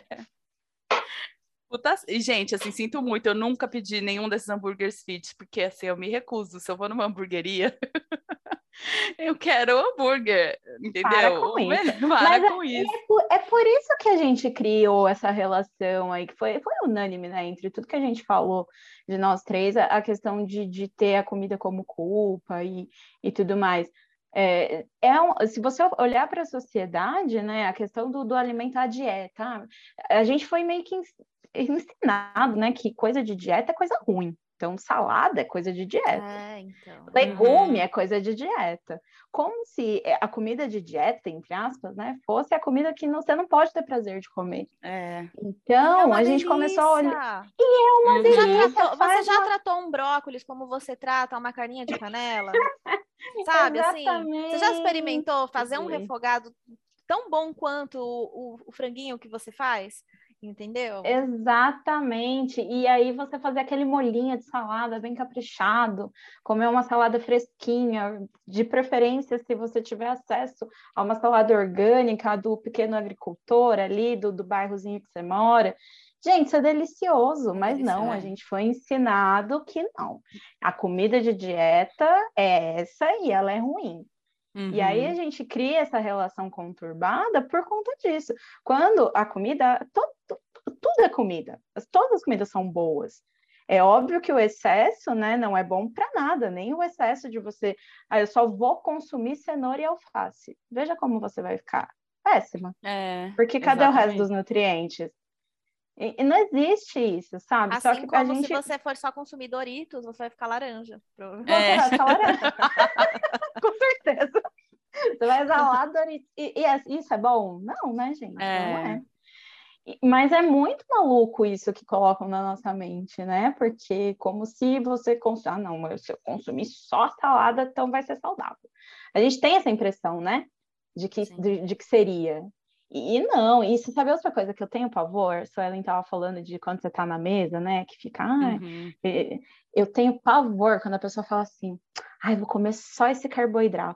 Speaker 2: Puta... E, gente, assim, sinto muito, eu nunca pedi nenhum desses hambúrgueres fit, porque assim, eu me recuso. Se eu vou numa hamburgueria, eu quero hambúrguer,
Speaker 3: Para
Speaker 2: entendeu?
Speaker 3: com isso.
Speaker 2: Para
Speaker 3: Mas é,
Speaker 2: com
Speaker 3: e
Speaker 2: isso.
Speaker 3: é, por, é por isso que a gente criou essa relação aí, que foi, foi unânime, né? Entre tudo que a gente falou de nós três, a, a questão de, de ter a comida como culpa e, e tudo mais. É, é um, se você olhar para a sociedade, né, a questão do, do alimentar a dieta, a gente foi meio que ensinado, né, que coisa de dieta é coisa ruim. Então, salada é coisa de dieta.
Speaker 1: É, então.
Speaker 3: Legume
Speaker 2: Uhum.
Speaker 3: é coisa de dieta. Como se a comida de dieta, entre aspas, né, fosse a comida que não, você não pode ter prazer de comer.
Speaker 2: É.
Speaker 1: E é
Speaker 3: Então,
Speaker 1: uma
Speaker 3: a gente começou a olhar.
Speaker 1: delícia.
Speaker 2: Uhum.
Speaker 1: Você já
Speaker 3: Delícia,
Speaker 1: tratou, você
Speaker 3: faz
Speaker 1: já
Speaker 3: uma...
Speaker 1: tratou um brócolis como você trata uma carninha de panela? Sabe, assim? Você já
Speaker 3: Exatamente.
Speaker 1: experimentou fazer um refogado tão bom quanto o, o, o franguinho que você faz? Entendeu?
Speaker 3: Exatamente. E aí você fazer aquele molhinho de salada bem caprichado, comer uma salada fresquinha, de preferência se você tiver acesso a uma salada orgânica do pequeno agricultor ali, do, do bairrozinho que você mora. Gente, isso é delicioso,
Speaker 1: É
Speaker 3: mas não, a
Speaker 1: delicioso.
Speaker 3: gente foi ensinado que não. A comida de dieta é essa e ela é ruim.
Speaker 2: Uhum.
Speaker 3: E aí a gente cria essa relação conturbada por conta disso. Quando a comida, to, tudo é comida, todas as comidas são boas. É óbvio que o excesso, né, não é bom para nada, nem o excesso de você, ah, eu só vou consumir cenoura e alface. Veja como você vai ficar. Péssima.
Speaker 2: É,
Speaker 3: Porque cadê
Speaker 2: exatamente.
Speaker 3: o resto dos nutrientes? E, e não existe isso, sabe?
Speaker 1: Assim
Speaker 3: Só que
Speaker 1: como
Speaker 3: a gente...
Speaker 1: se você for só consumir Doritos, você vai ficar laranja.
Speaker 3: Você
Speaker 2: É.
Speaker 3: vai ficar laranja. Com certeza. Você vai exalar Doritos. E, e isso é bom? Não, né, gente?
Speaker 2: É.
Speaker 3: Não é. Mas é muito maluco isso que colocam na nossa mente, né? Porque como se você consumir, ah, não, mas se eu consumir só salada, então vai ser saudável. A gente tem essa impressão, né? De que, de, de que seria. E, e não, e você sabe outra coisa que eu tenho pavor? Suelen estava falando de quando você está na mesa, né? Que fica, ah,
Speaker 2: Uhum.
Speaker 3: eu tenho pavor quando a pessoa fala assim, ai, vou comer só esse carboidrato.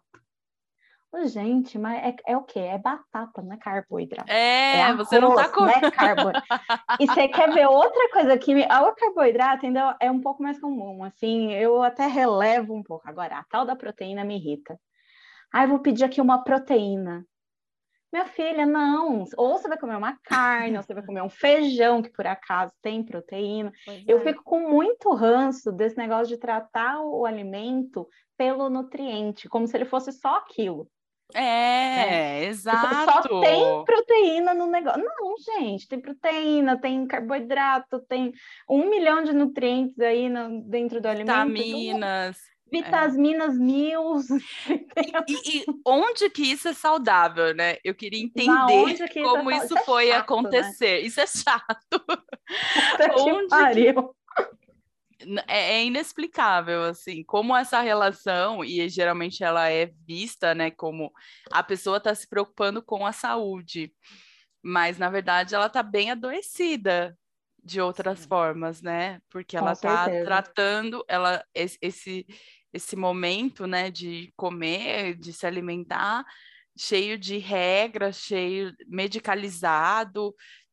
Speaker 3: Gente, mas é, é o quê? É batata, não é carboidrato.
Speaker 2: É,
Speaker 3: É arroz,
Speaker 2: você não tá
Speaker 3: não é carboidrato. E você quer ver outra coisa que... Me... O carboidrato ainda é um pouco mais comum, assim, eu até relevo um pouco. Agora, a tal da proteína me irrita. Ai, vou pedir aqui uma proteína. Minha filha, não. Ou você vai comer uma carne, ou você vai comer um feijão, que por acaso tem proteína.
Speaker 1: Pois
Speaker 3: Eu
Speaker 1: é.
Speaker 3: fico com muito ranço desse negócio de tratar o alimento pelo nutriente, como se ele fosse só aquilo.
Speaker 2: É,
Speaker 3: né?
Speaker 2: exato.
Speaker 3: Só tem proteína no negócio. Não, gente, tem proteína, tem carboidrato, tem um milhão de nutrientes aí no, dentro do alimento.
Speaker 2: Vitaminas.
Speaker 3: Vitaminas é. mil.
Speaker 2: E, e onde que isso é saudável, né? Eu queria entender
Speaker 3: que
Speaker 2: como
Speaker 3: isso, é
Speaker 2: isso,
Speaker 3: isso
Speaker 2: foi
Speaker 3: é chato,
Speaker 2: acontecer.
Speaker 3: Né?
Speaker 2: Isso é chato.
Speaker 3: Puta que
Speaker 2: onde
Speaker 3: pariu.
Speaker 2: Que... É, é inexplicável, assim, como essa relação, e geralmente ela é vista, né, como a pessoa está se preocupando com a saúde, mas na verdade ela está bem adoecida de outras
Speaker 1: Sim.
Speaker 2: formas, né? Porque ela
Speaker 3: Com
Speaker 2: está
Speaker 3: certeza.
Speaker 2: tratando ela, esse, esse momento, né, de comer, de se alimentar, cheio de regras, cheio medicalizado,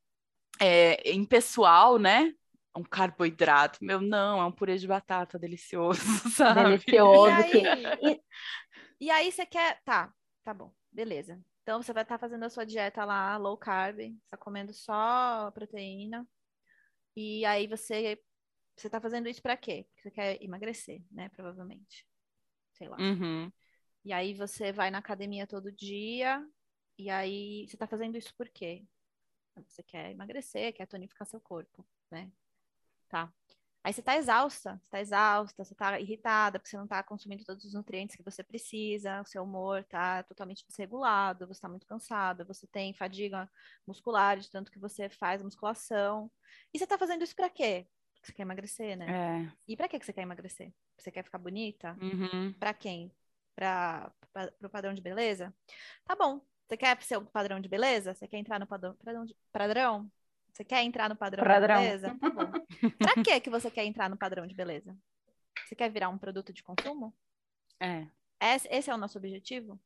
Speaker 2: é, impessoal, né? Um carboidrato, meu, não, é um purê de batata delicioso, sabe?
Speaker 3: Delicioso.
Speaker 1: E aí,
Speaker 3: que... e...
Speaker 1: e aí você quer... Tá, tá bom, beleza. Então você vai estar fazendo a sua dieta lá, low carb, está comendo só proteína. E aí você você tá fazendo isso para quê? Porque você quer emagrecer, né? Provavelmente. Sei lá.
Speaker 2: Uhum.
Speaker 1: E aí você vai na academia todo dia. E aí você tá fazendo isso por quê? Você quer emagrecer, quer tonificar seu corpo, né? Tá. Aí você tá exausta, você tá exausta, você tá irritada, porque você não tá consumindo todos os nutrientes que você precisa, o seu humor tá totalmente desregulado, você tá muito cansada, você tem fadiga muscular de tanto que você faz musculação. E você tá fazendo isso pra quê? Porque você quer emagrecer, né?
Speaker 2: É.
Speaker 1: E pra que você quer emagrecer? Você quer ficar bonita?
Speaker 2: Uhum.
Speaker 1: Pra quem? Pra, pra, pro padrão de beleza? Tá bom. Você quer ser o padrão de beleza? Você quer entrar no padrão, padrão, de, padrão? Você quer entrar no padrão,
Speaker 3: Padrão.
Speaker 1: de beleza? Tá bom. Pra que que você quer entrar no padrão de beleza? Você quer virar um produto de consumo?
Speaker 2: É.
Speaker 1: Esse, esse é o nosso objetivo?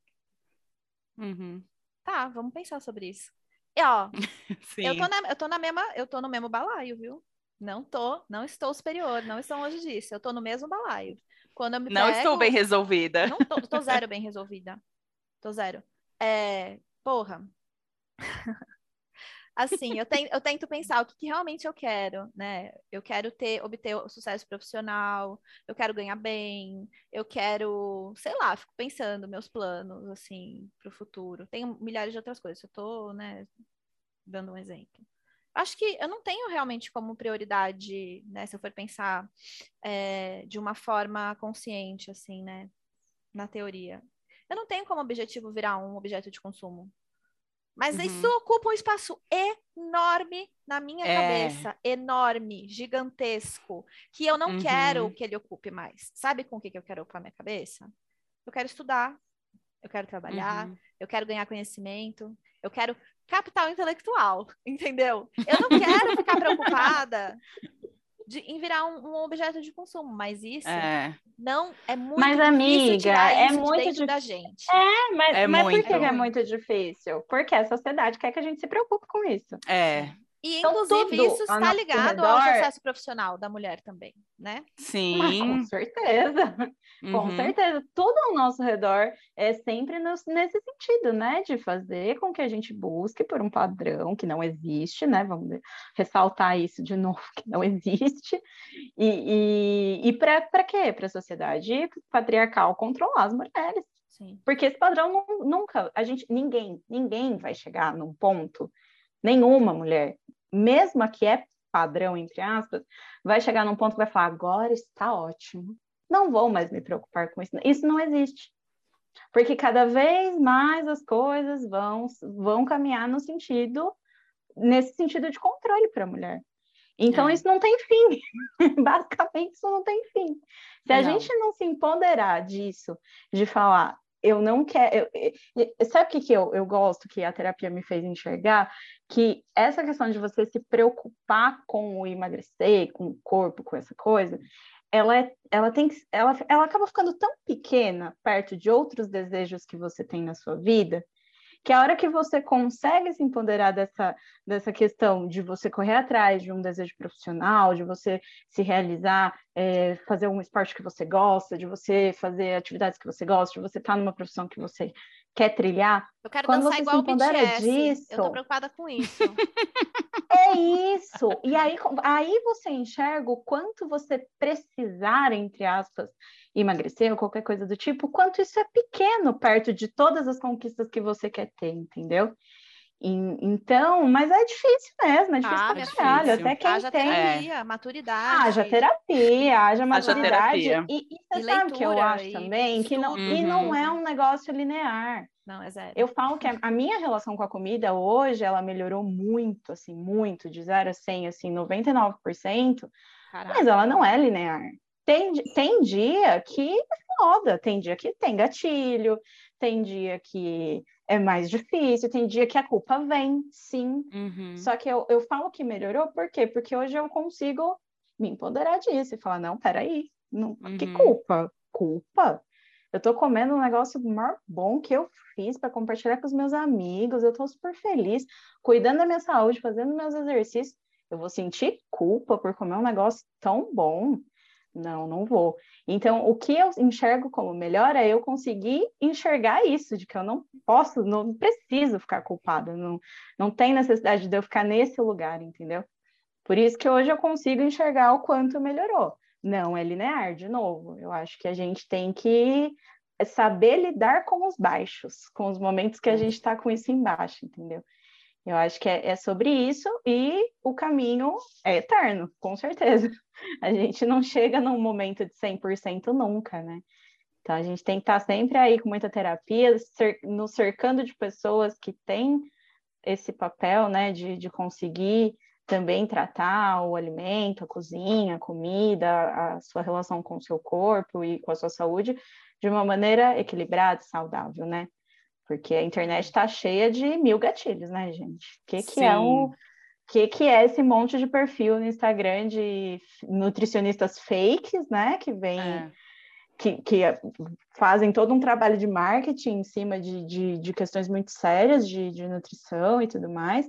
Speaker 2: Uhum.
Speaker 1: Tá, vamos pensar sobre isso. E ó,
Speaker 2: Sim.
Speaker 1: eu tô, na, eu tô na mesma, eu tô no mesmo balaio, viu? Não tô, não estou superior, não estou longe disso. Eu tô no mesmo balaio. Quando eu me
Speaker 2: Não
Speaker 1: pego,
Speaker 2: estou bem resolvida.
Speaker 1: Não tô, tô zero bem resolvida. Tô zero. É, porra. Assim, eu, ten, eu tento pensar o que, que realmente eu quero, né? Eu quero ter, obter o sucesso profissional, eu quero ganhar bem, eu quero, sei lá, fico pensando meus planos, assim, pro futuro. Tem milhares de outras coisas, eu tô, né, dando um exemplo. Acho que eu não tenho realmente como prioridade, né, se eu for pensar é, de uma forma consciente, assim, né, na teoria. Eu não tenho como objetivo virar um objeto de consumo. Mas uhum. isso ocupa um espaço enorme na minha é. cabeça, enorme, gigantesco, que eu não uhum. quero que ele ocupe mais. Sabe com o que eu quero ocupar minha cabeça? Eu quero estudar, eu quero trabalhar, uhum. eu quero ganhar conhecimento, eu quero capital intelectual, entendeu? Eu não quero ficar preocupada de, em virar um, um objeto de consumo, mas isso é. não é muito
Speaker 3: mas,
Speaker 1: difícil
Speaker 3: amiga,
Speaker 1: tirar
Speaker 3: é
Speaker 1: isso
Speaker 3: muito
Speaker 1: de dentro
Speaker 3: dif...
Speaker 1: da gente.
Speaker 3: É, mas,
Speaker 2: é
Speaker 3: mas
Speaker 2: muito.
Speaker 3: por que é muito difícil? Porque a sociedade quer que a gente se preocupe com isso.
Speaker 2: É.
Speaker 1: E, inclusive,
Speaker 3: então,
Speaker 1: isso está ligado redor... ao sucesso profissional da mulher também, né?
Speaker 2: Sim.
Speaker 3: Mas, com certeza. Uhum. Com certeza. Tudo ao nosso redor é sempre nos, nesse sentido, né? De fazer com que a gente busque por um padrão que não existe, né? Vamos ressaltar isso de novo, que não existe. E, e, e para quê? Para a sociedade patriarcal controlar as mulheres.
Speaker 1: Sim.
Speaker 3: Porque esse padrão nunca... a gente, ninguém, ninguém vai chegar num ponto... Nenhuma mulher, mesmo a que é padrão, entre aspas, vai chegar num ponto que vai falar, agora está ótimo, não vou mais me preocupar com isso. Isso não existe. Porque cada vez mais as coisas vão, vão caminhar no sentido nesse sentido de controle para a mulher. Então,
Speaker 2: É.
Speaker 3: isso não tem fim. Basicamente, isso não tem fim. Se a
Speaker 2: Não.
Speaker 3: gente não se empoderar disso, de falar, eu não quero... Eu, eu, sabe o que, que eu, eu gosto, que a terapia me fez enxergar? Que essa questão de você se preocupar com o emagrecer, com o corpo, com essa coisa, ela, é, ela, tem, ela, ela acaba ficando tão pequena perto de outros desejos que você tem na sua vida, que a hora que você consegue se empoderar dessa, dessa questão de você correr atrás de um desejo profissional, de você se realizar, é, fazer um esporte que você gosta, de você fazer atividades que você gosta, de você estar numa profissão que você quer trilhar.
Speaker 1: Eu quero
Speaker 3: Quando
Speaker 1: dançar
Speaker 3: você
Speaker 1: igual
Speaker 3: se
Speaker 1: o
Speaker 3: empodera
Speaker 1: B T S.
Speaker 3: disso,
Speaker 1: Eu tô preocupada com isso.
Speaker 3: é isso. E aí, aí você enxerga o quanto você precisar, entre aspas, emagrecer ou qualquer coisa do tipo, quanto isso é pequeno perto de todas as conquistas que você quer ter, entendeu? E, então, mas é difícil mesmo, é difícil
Speaker 1: Ah,
Speaker 3: pra
Speaker 1: minha
Speaker 3: caralho.
Speaker 2: filha.
Speaker 3: Até quem
Speaker 1: Haja
Speaker 3: tem.
Speaker 1: terapia, maturidade.
Speaker 3: Haja terapia, haja maturidade.
Speaker 2: terapia.
Speaker 3: E, e você
Speaker 1: E
Speaker 3: sabe o que eu
Speaker 1: leitura,
Speaker 3: acho
Speaker 1: e
Speaker 3: também? Que não,
Speaker 1: estudo.
Speaker 3: e não
Speaker 2: Uhum.
Speaker 3: é um negócio linear.
Speaker 1: Não, é zero.
Speaker 3: Eu falo que a, a minha relação com a comida hoje, ela melhorou muito, assim, muito, de zero a cem, assim, noventa e nove por cento,
Speaker 1: Caraca.
Speaker 3: mas ela não é linear. Tem, tem dia que é foda, tem dia que tem gatilho, tem dia que é mais difícil, tem dia que a culpa vem, sim.
Speaker 2: Uhum.
Speaker 3: Só que eu, eu falo que melhorou, por quê? Porque hoje eu consigo me empoderar disso e falar, não, peraí, não, que
Speaker 2: Uhum.
Speaker 3: culpa? Culpa? Eu tô comendo um negócio maior bom que eu fiz para compartilhar com os meus amigos, eu tô super feliz, cuidando da minha saúde, fazendo meus exercícios. Eu vou sentir culpa por comer um negócio tão bom? Não, não vou. Então, o que eu enxergo como melhor é eu conseguir enxergar isso, de que eu não posso, não preciso ficar culpada, não, não tem necessidade de eu ficar nesse lugar, entendeu? Por isso que hoje eu consigo enxergar o quanto melhorou. Não é linear, de novo. Eu acho que a gente tem que saber lidar com os baixos, com os momentos que a gente está com isso embaixo, entendeu? Eu acho que é, é sobre isso e o caminho é eterno, com certeza. A gente não chega num momento de cem por cento nunca, né? Então a gente tem que estar sempre aí com muita terapia, cer- nos cercando de pessoas que têm esse papel, né, de, de conseguir também tratar o alimento, a cozinha, a comida, a sua relação com o seu corpo e com a sua saúde de uma maneira equilibrada, saudável, né? Porque a internet está cheia de mil gatilhos, né, gente? O que, que é o que, que é esse monte de perfil no Instagram de nutricionistas fakes, né? Que vem,
Speaker 2: É.
Speaker 3: que, que fazem todo um trabalho de marketing em cima de, de, de questões muito sérias de, de nutrição e tudo mais.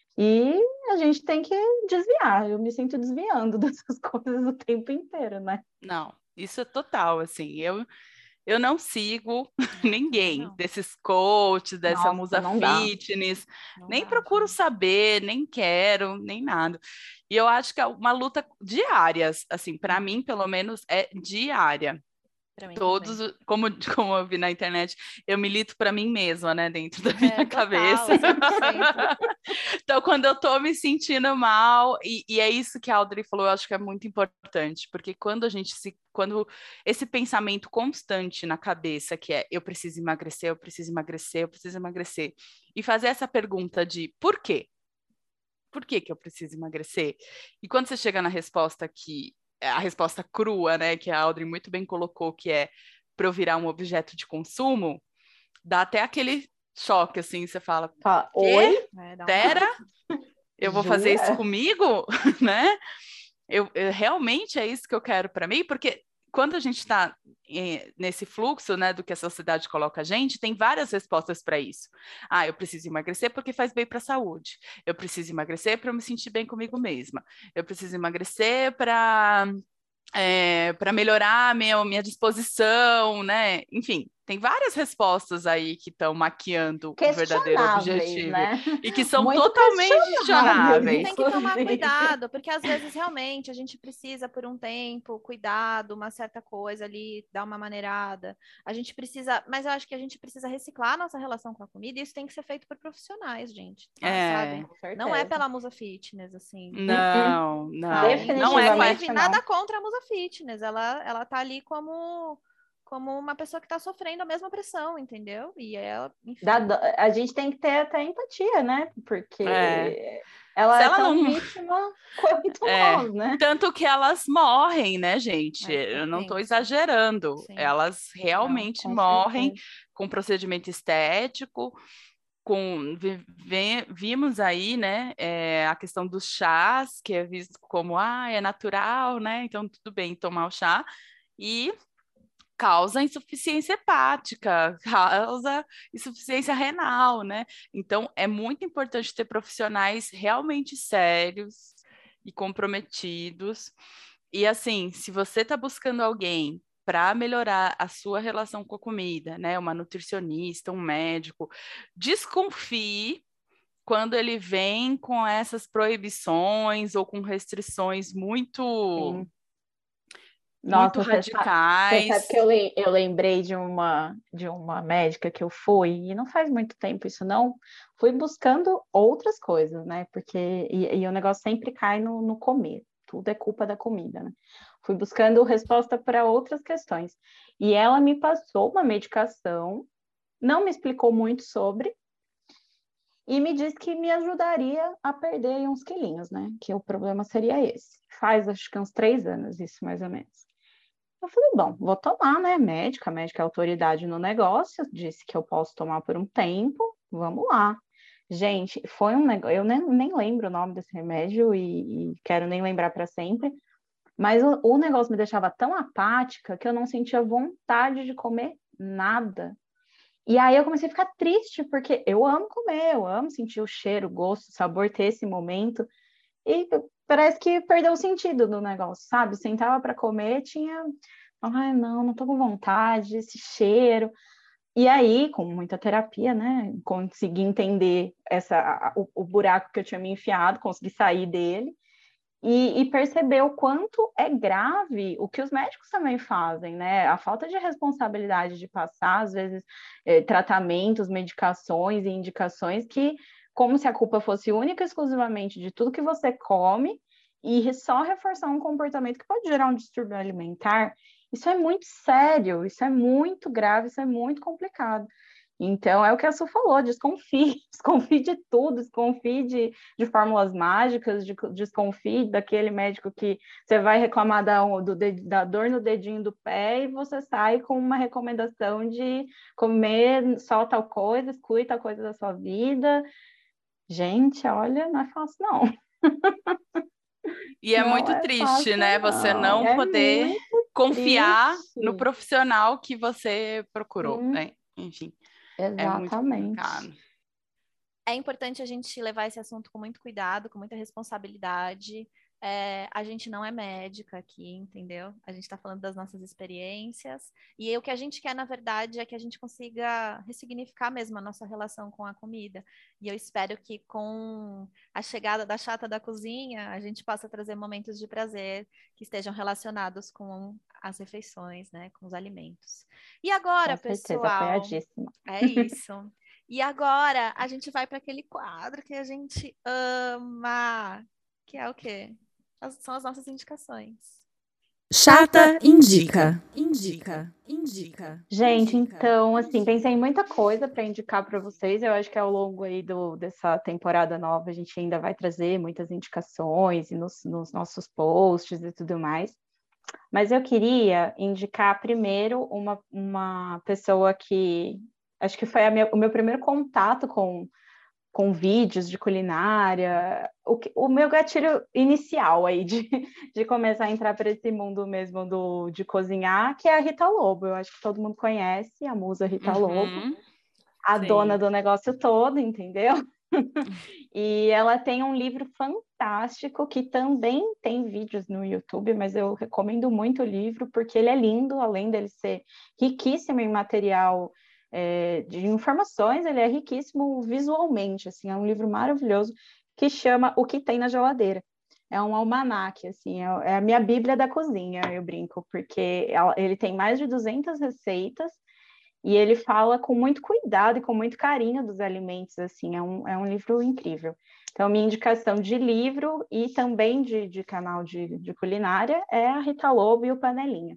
Speaker 3: E a gente tem que desviar. Eu me sinto desviando dessas coisas o tempo inteiro, né?
Speaker 2: Não, isso é total, assim, eu, eu não sigo ninguém
Speaker 1: não.
Speaker 2: desses coaches, dessa
Speaker 3: Nossa,
Speaker 2: musa
Speaker 3: não dá.
Speaker 2: fitness,
Speaker 1: Não
Speaker 2: nem
Speaker 1: dá,
Speaker 2: procuro
Speaker 1: gente.
Speaker 2: saber, nem quero, nem nada. E eu acho que é uma luta diária, assim, para
Speaker 1: Uhum.
Speaker 2: mim, pelo menos, é diária.
Speaker 1: Pra mim
Speaker 2: Todos,
Speaker 1: também.
Speaker 2: como, como eu vi na internet, eu milito para mim mesma, né, dentro da minha
Speaker 1: É, total,
Speaker 2: cabeça.
Speaker 1: cem por cento.
Speaker 2: Então, quando eu tô me sentindo mal, e, e é isso que a Audrey falou, eu acho que é muito importante, porque quando a gente se, quando esse pensamento constante na cabeça, que é eu preciso emagrecer, eu preciso emagrecer, eu preciso emagrecer, e fazer essa pergunta de por quê? Por que que eu preciso emagrecer? E quando você chega na resposta que, a resposta crua, né, que a Audrey muito bem colocou, que é para eu virar um objeto de consumo, dá até aquele choque, assim, você fala,
Speaker 3: Fala,
Speaker 2: quê?
Speaker 3: oi?
Speaker 1: É, dá um
Speaker 2: Pera?
Speaker 1: baque.
Speaker 2: Eu vou fazer isso
Speaker 3: Jura?
Speaker 2: comigo, né? Eu, eu- realmente é isso que eu quero para mim, porque quando a gente está nesse fluxo, né, do que a sociedade coloca a gente, tem várias respostas para isso. Ah, eu preciso emagrecer porque faz bem para a saúde. Eu preciso emagrecer para eu me sentir bem comigo mesma. Eu preciso emagrecer para é, para melhorar a minha, minha disposição, né? Enfim, tem várias respostas aí que estão maquiando o verdadeiro
Speaker 3: Questionáveis,
Speaker 2: objetivo
Speaker 3: né?
Speaker 2: e que são
Speaker 3: Muito
Speaker 2: totalmente
Speaker 3: questionáveis,
Speaker 2: questionáveis.
Speaker 1: Tem que tomar
Speaker 3: inclusive.
Speaker 1: cuidado, porque às vezes realmente a gente precisa, por um tempo, cuidado, uma certa coisa ali, dar uma maneirada. A gente precisa, mas eu acho que a gente precisa reciclar a nossa relação com a comida, e isso tem que ser feito por profissionais, gente, tá?
Speaker 2: É,
Speaker 1: Sabe?
Speaker 3: Com
Speaker 1: Não é
Speaker 3: certeza.
Speaker 1: pela musa fitness, assim.
Speaker 3: Uh-uh.
Speaker 2: não, não,
Speaker 1: Sabe?
Speaker 2: não é com a,
Speaker 3: Definitivamente
Speaker 1: Inclusive,
Speaker 3: não.
Speaker 1: nada contra a musa fitness, ela, ela tá ali como, como uma pessoa que está sofrendo a mesma pressão, entendeu? E ela, enfim.
Speaker 3: Dá dó- a gente tem que ter até empatia, né? Porque
Speaker 2: É.
Speaker 3: ela
Speaker 2: Se
Speaker 3: é
Speaker 2: ela
Speaker 3: tão
Speaker 2: não-
Speaker 3: vítima quanto
Speaker 2: É,
Speaker 3: nós, né?
Speaker 2: tanto que elas morrem, né, gente?
Speaker 1: É, é
Speaker 2: Eu não estou
Speaker 1: tenso.
Speaker 2: exagerando.
Speaker 1: Sim.
Speaker 2: Elas
Speaker 3: Não,
Speaker 2: realmente
Speaker 3: com
Speaker 2: morrem
Speaker 3: certeza.
Speaker 2: com procedimento estético, com vi- ve- vimos aí, né, é, a questão dos chás, que é visto como, ah, é natural, né? Então tudo bem tomar o chá e causa insuficiência hepática, causa insuficiência renal, né? Então, é muito importante ter profissionais realmente sérios e comprometidos. E assim, se você está buscando alguém para melhorar a sua relação com a comida, né? Uma nutricionista, um médico, desconfie quando ele vem com essas proibições ou com restrições muito,
Speaker 3: Sim.
Speaker 2: muito
Speaker 3: Nossa, você sabe, você sabe
Speaker 2: radicais.
Speaker 3: que eu, le- eu lembrei de uma, de uma médica que eu fui, e não faz muito tempo isso não, fui buscando outras coisas, né? Porque, e, e o negócio sempre cai no, no comer, tudo é culpa da comida, né? Fui buscando resposta para outras questões. E ela me passou uma medicação, não me explicou muito sobre, e me disse que me ajudaria a perder uns quilinhos, né? Que o problema seria esse. Faz acho que uns três anos isso, mais ou menos. Eu falei, bom, vou tomar, né? Médica, a médica é autoridade no negócio, disse que eu posso tomar por um tempo, vamos lá. Gente, foi um negócio, eu nem, nem lembro o nome desse remédio e, e quero nem lembrar para sempre, mas o, o negócio me deixava tão apática que eu não sentia vontade de comer nada. E aí eu comecei a ficar triste, porque eu amo comer, eu amo sentir o cheiro, o gosto, o sabor, ter esse momento. E parece que perdeu o sentido do negócio, sabe? Sentava para comer, tinha, ai, não, não tô com vontade, esse cheiro. E aí, com muita terapia, né, consegui entender essa, o, o buraco que eu tinha me enfiado, consegui sair dele e, e perceber o quanto é grave o que os médicos também fazem, né? A falta de responsabilidade de passar, às vezes, eh, tratamentos, medicações e indicações que como se a culpa fosse única e exclusivamente de tudo que você come e só reforçar um comportamento que pode gerar um distúrbio alimentar. Isso é muito sério, isso é muito grave, isso é muito complicado. Então, é o que a Su falou, desconfie, desconfie de tudo, desconfie de, de fórmulas mágicas, de, desconfie daquele médico que você vai reclamar da, do, da dor no dedinho do pé e você sai com uma recomendação de comer só tal coisa, exclui tal coisa da sua vida. Gente, olha, não é fácil, não.
Speaker 2: E é
Speaker 3: Não
Speaker 2: muito
Speaker 3: é
Speaker 2: triste,
Speaker 3: fácil,
Speaker 2: né? Você
Speaker 3: não.
Speaker 2: não
Speaker 3: É
Speaker 2: poder
Speaker 3: muito
Speaker 2: confiar no
Speaker 3: triste.
Speaker 2: profissional que você procurou,
Speaker 3: Sim,
Speaker 2: né? Enfim, é muito
Speaker 3: exatamente.
Speaker 2: complicado.
Speaker 1: É importante a gente levar esse assunto com muito cuidado, com muita responsabilidade. É, a gente não é médica aqui, entendeu? A gente está falando das nossas experiências. E o que a gente quer, na verdade, é que a gente consiga ressignificar mesmo a nossa relação com a comida. E eu espero que com a chegada da chata da cozinha, a gente possa trazer momentos de prazer que estejam relacionados com as refeições, né? Com os alimentos. E agora,
Speaker 3: Com certeza,
Speaker 1: pessoal,
Speaker 3: apoiadíssima.
Speaker 1: é isso. E agora a gente vai para aquele quadro que a gente ama, que é o quê? As- são as nossas indicações.
Speaker 4: Chata indica. Indica. Indica.
Speaker 3: Gente, então, assim, pensei em muita coisa para indicar para vocês. Eu acho que ao longo aí do, dessa temporada nova a gente ainda vai trazer muitas indicações e nos, nos nossos posts e tudo mais. Mas eu queria indicar primeiro uma, uma pessoa que acho que foi a minha, o meu primeiro contato com, com vídeos de culinária, o, que, o meu gatilho inicial aí de, de começar a entrar para esse mundo mesmo do, de cozinhar, que é a Rita Lobo. Eu acho que todo mundo conhece a musa Rita Lobo,
Speaker 2: Uhum,
Speaker 3: a dona
Speaker 2: sim.
Speaker 3: do negócio todo, entendeu? E ela tem um livro fantástico que também tem vídeos no YouTube, mas eu recomendo muito o livro porque ele é lindo, além dele ser riquíssimo em material é, de informações, ele é riquíssimo visualmente, assim, é um livro maravilhoso que chama O que Tem na Geladeira. É um almanaque, assim, é, é a minha bíblia da cozinha, eu brinco, porque ela, ele tem mais de duzentas receitas e ele fala com muito cuidado e com muito carinho dos alimentos, assim, é um, é um livro incrível. Então, minha indicação de livro e também de, de canal de, de culinária é a Rita Lobo e o Panelinha.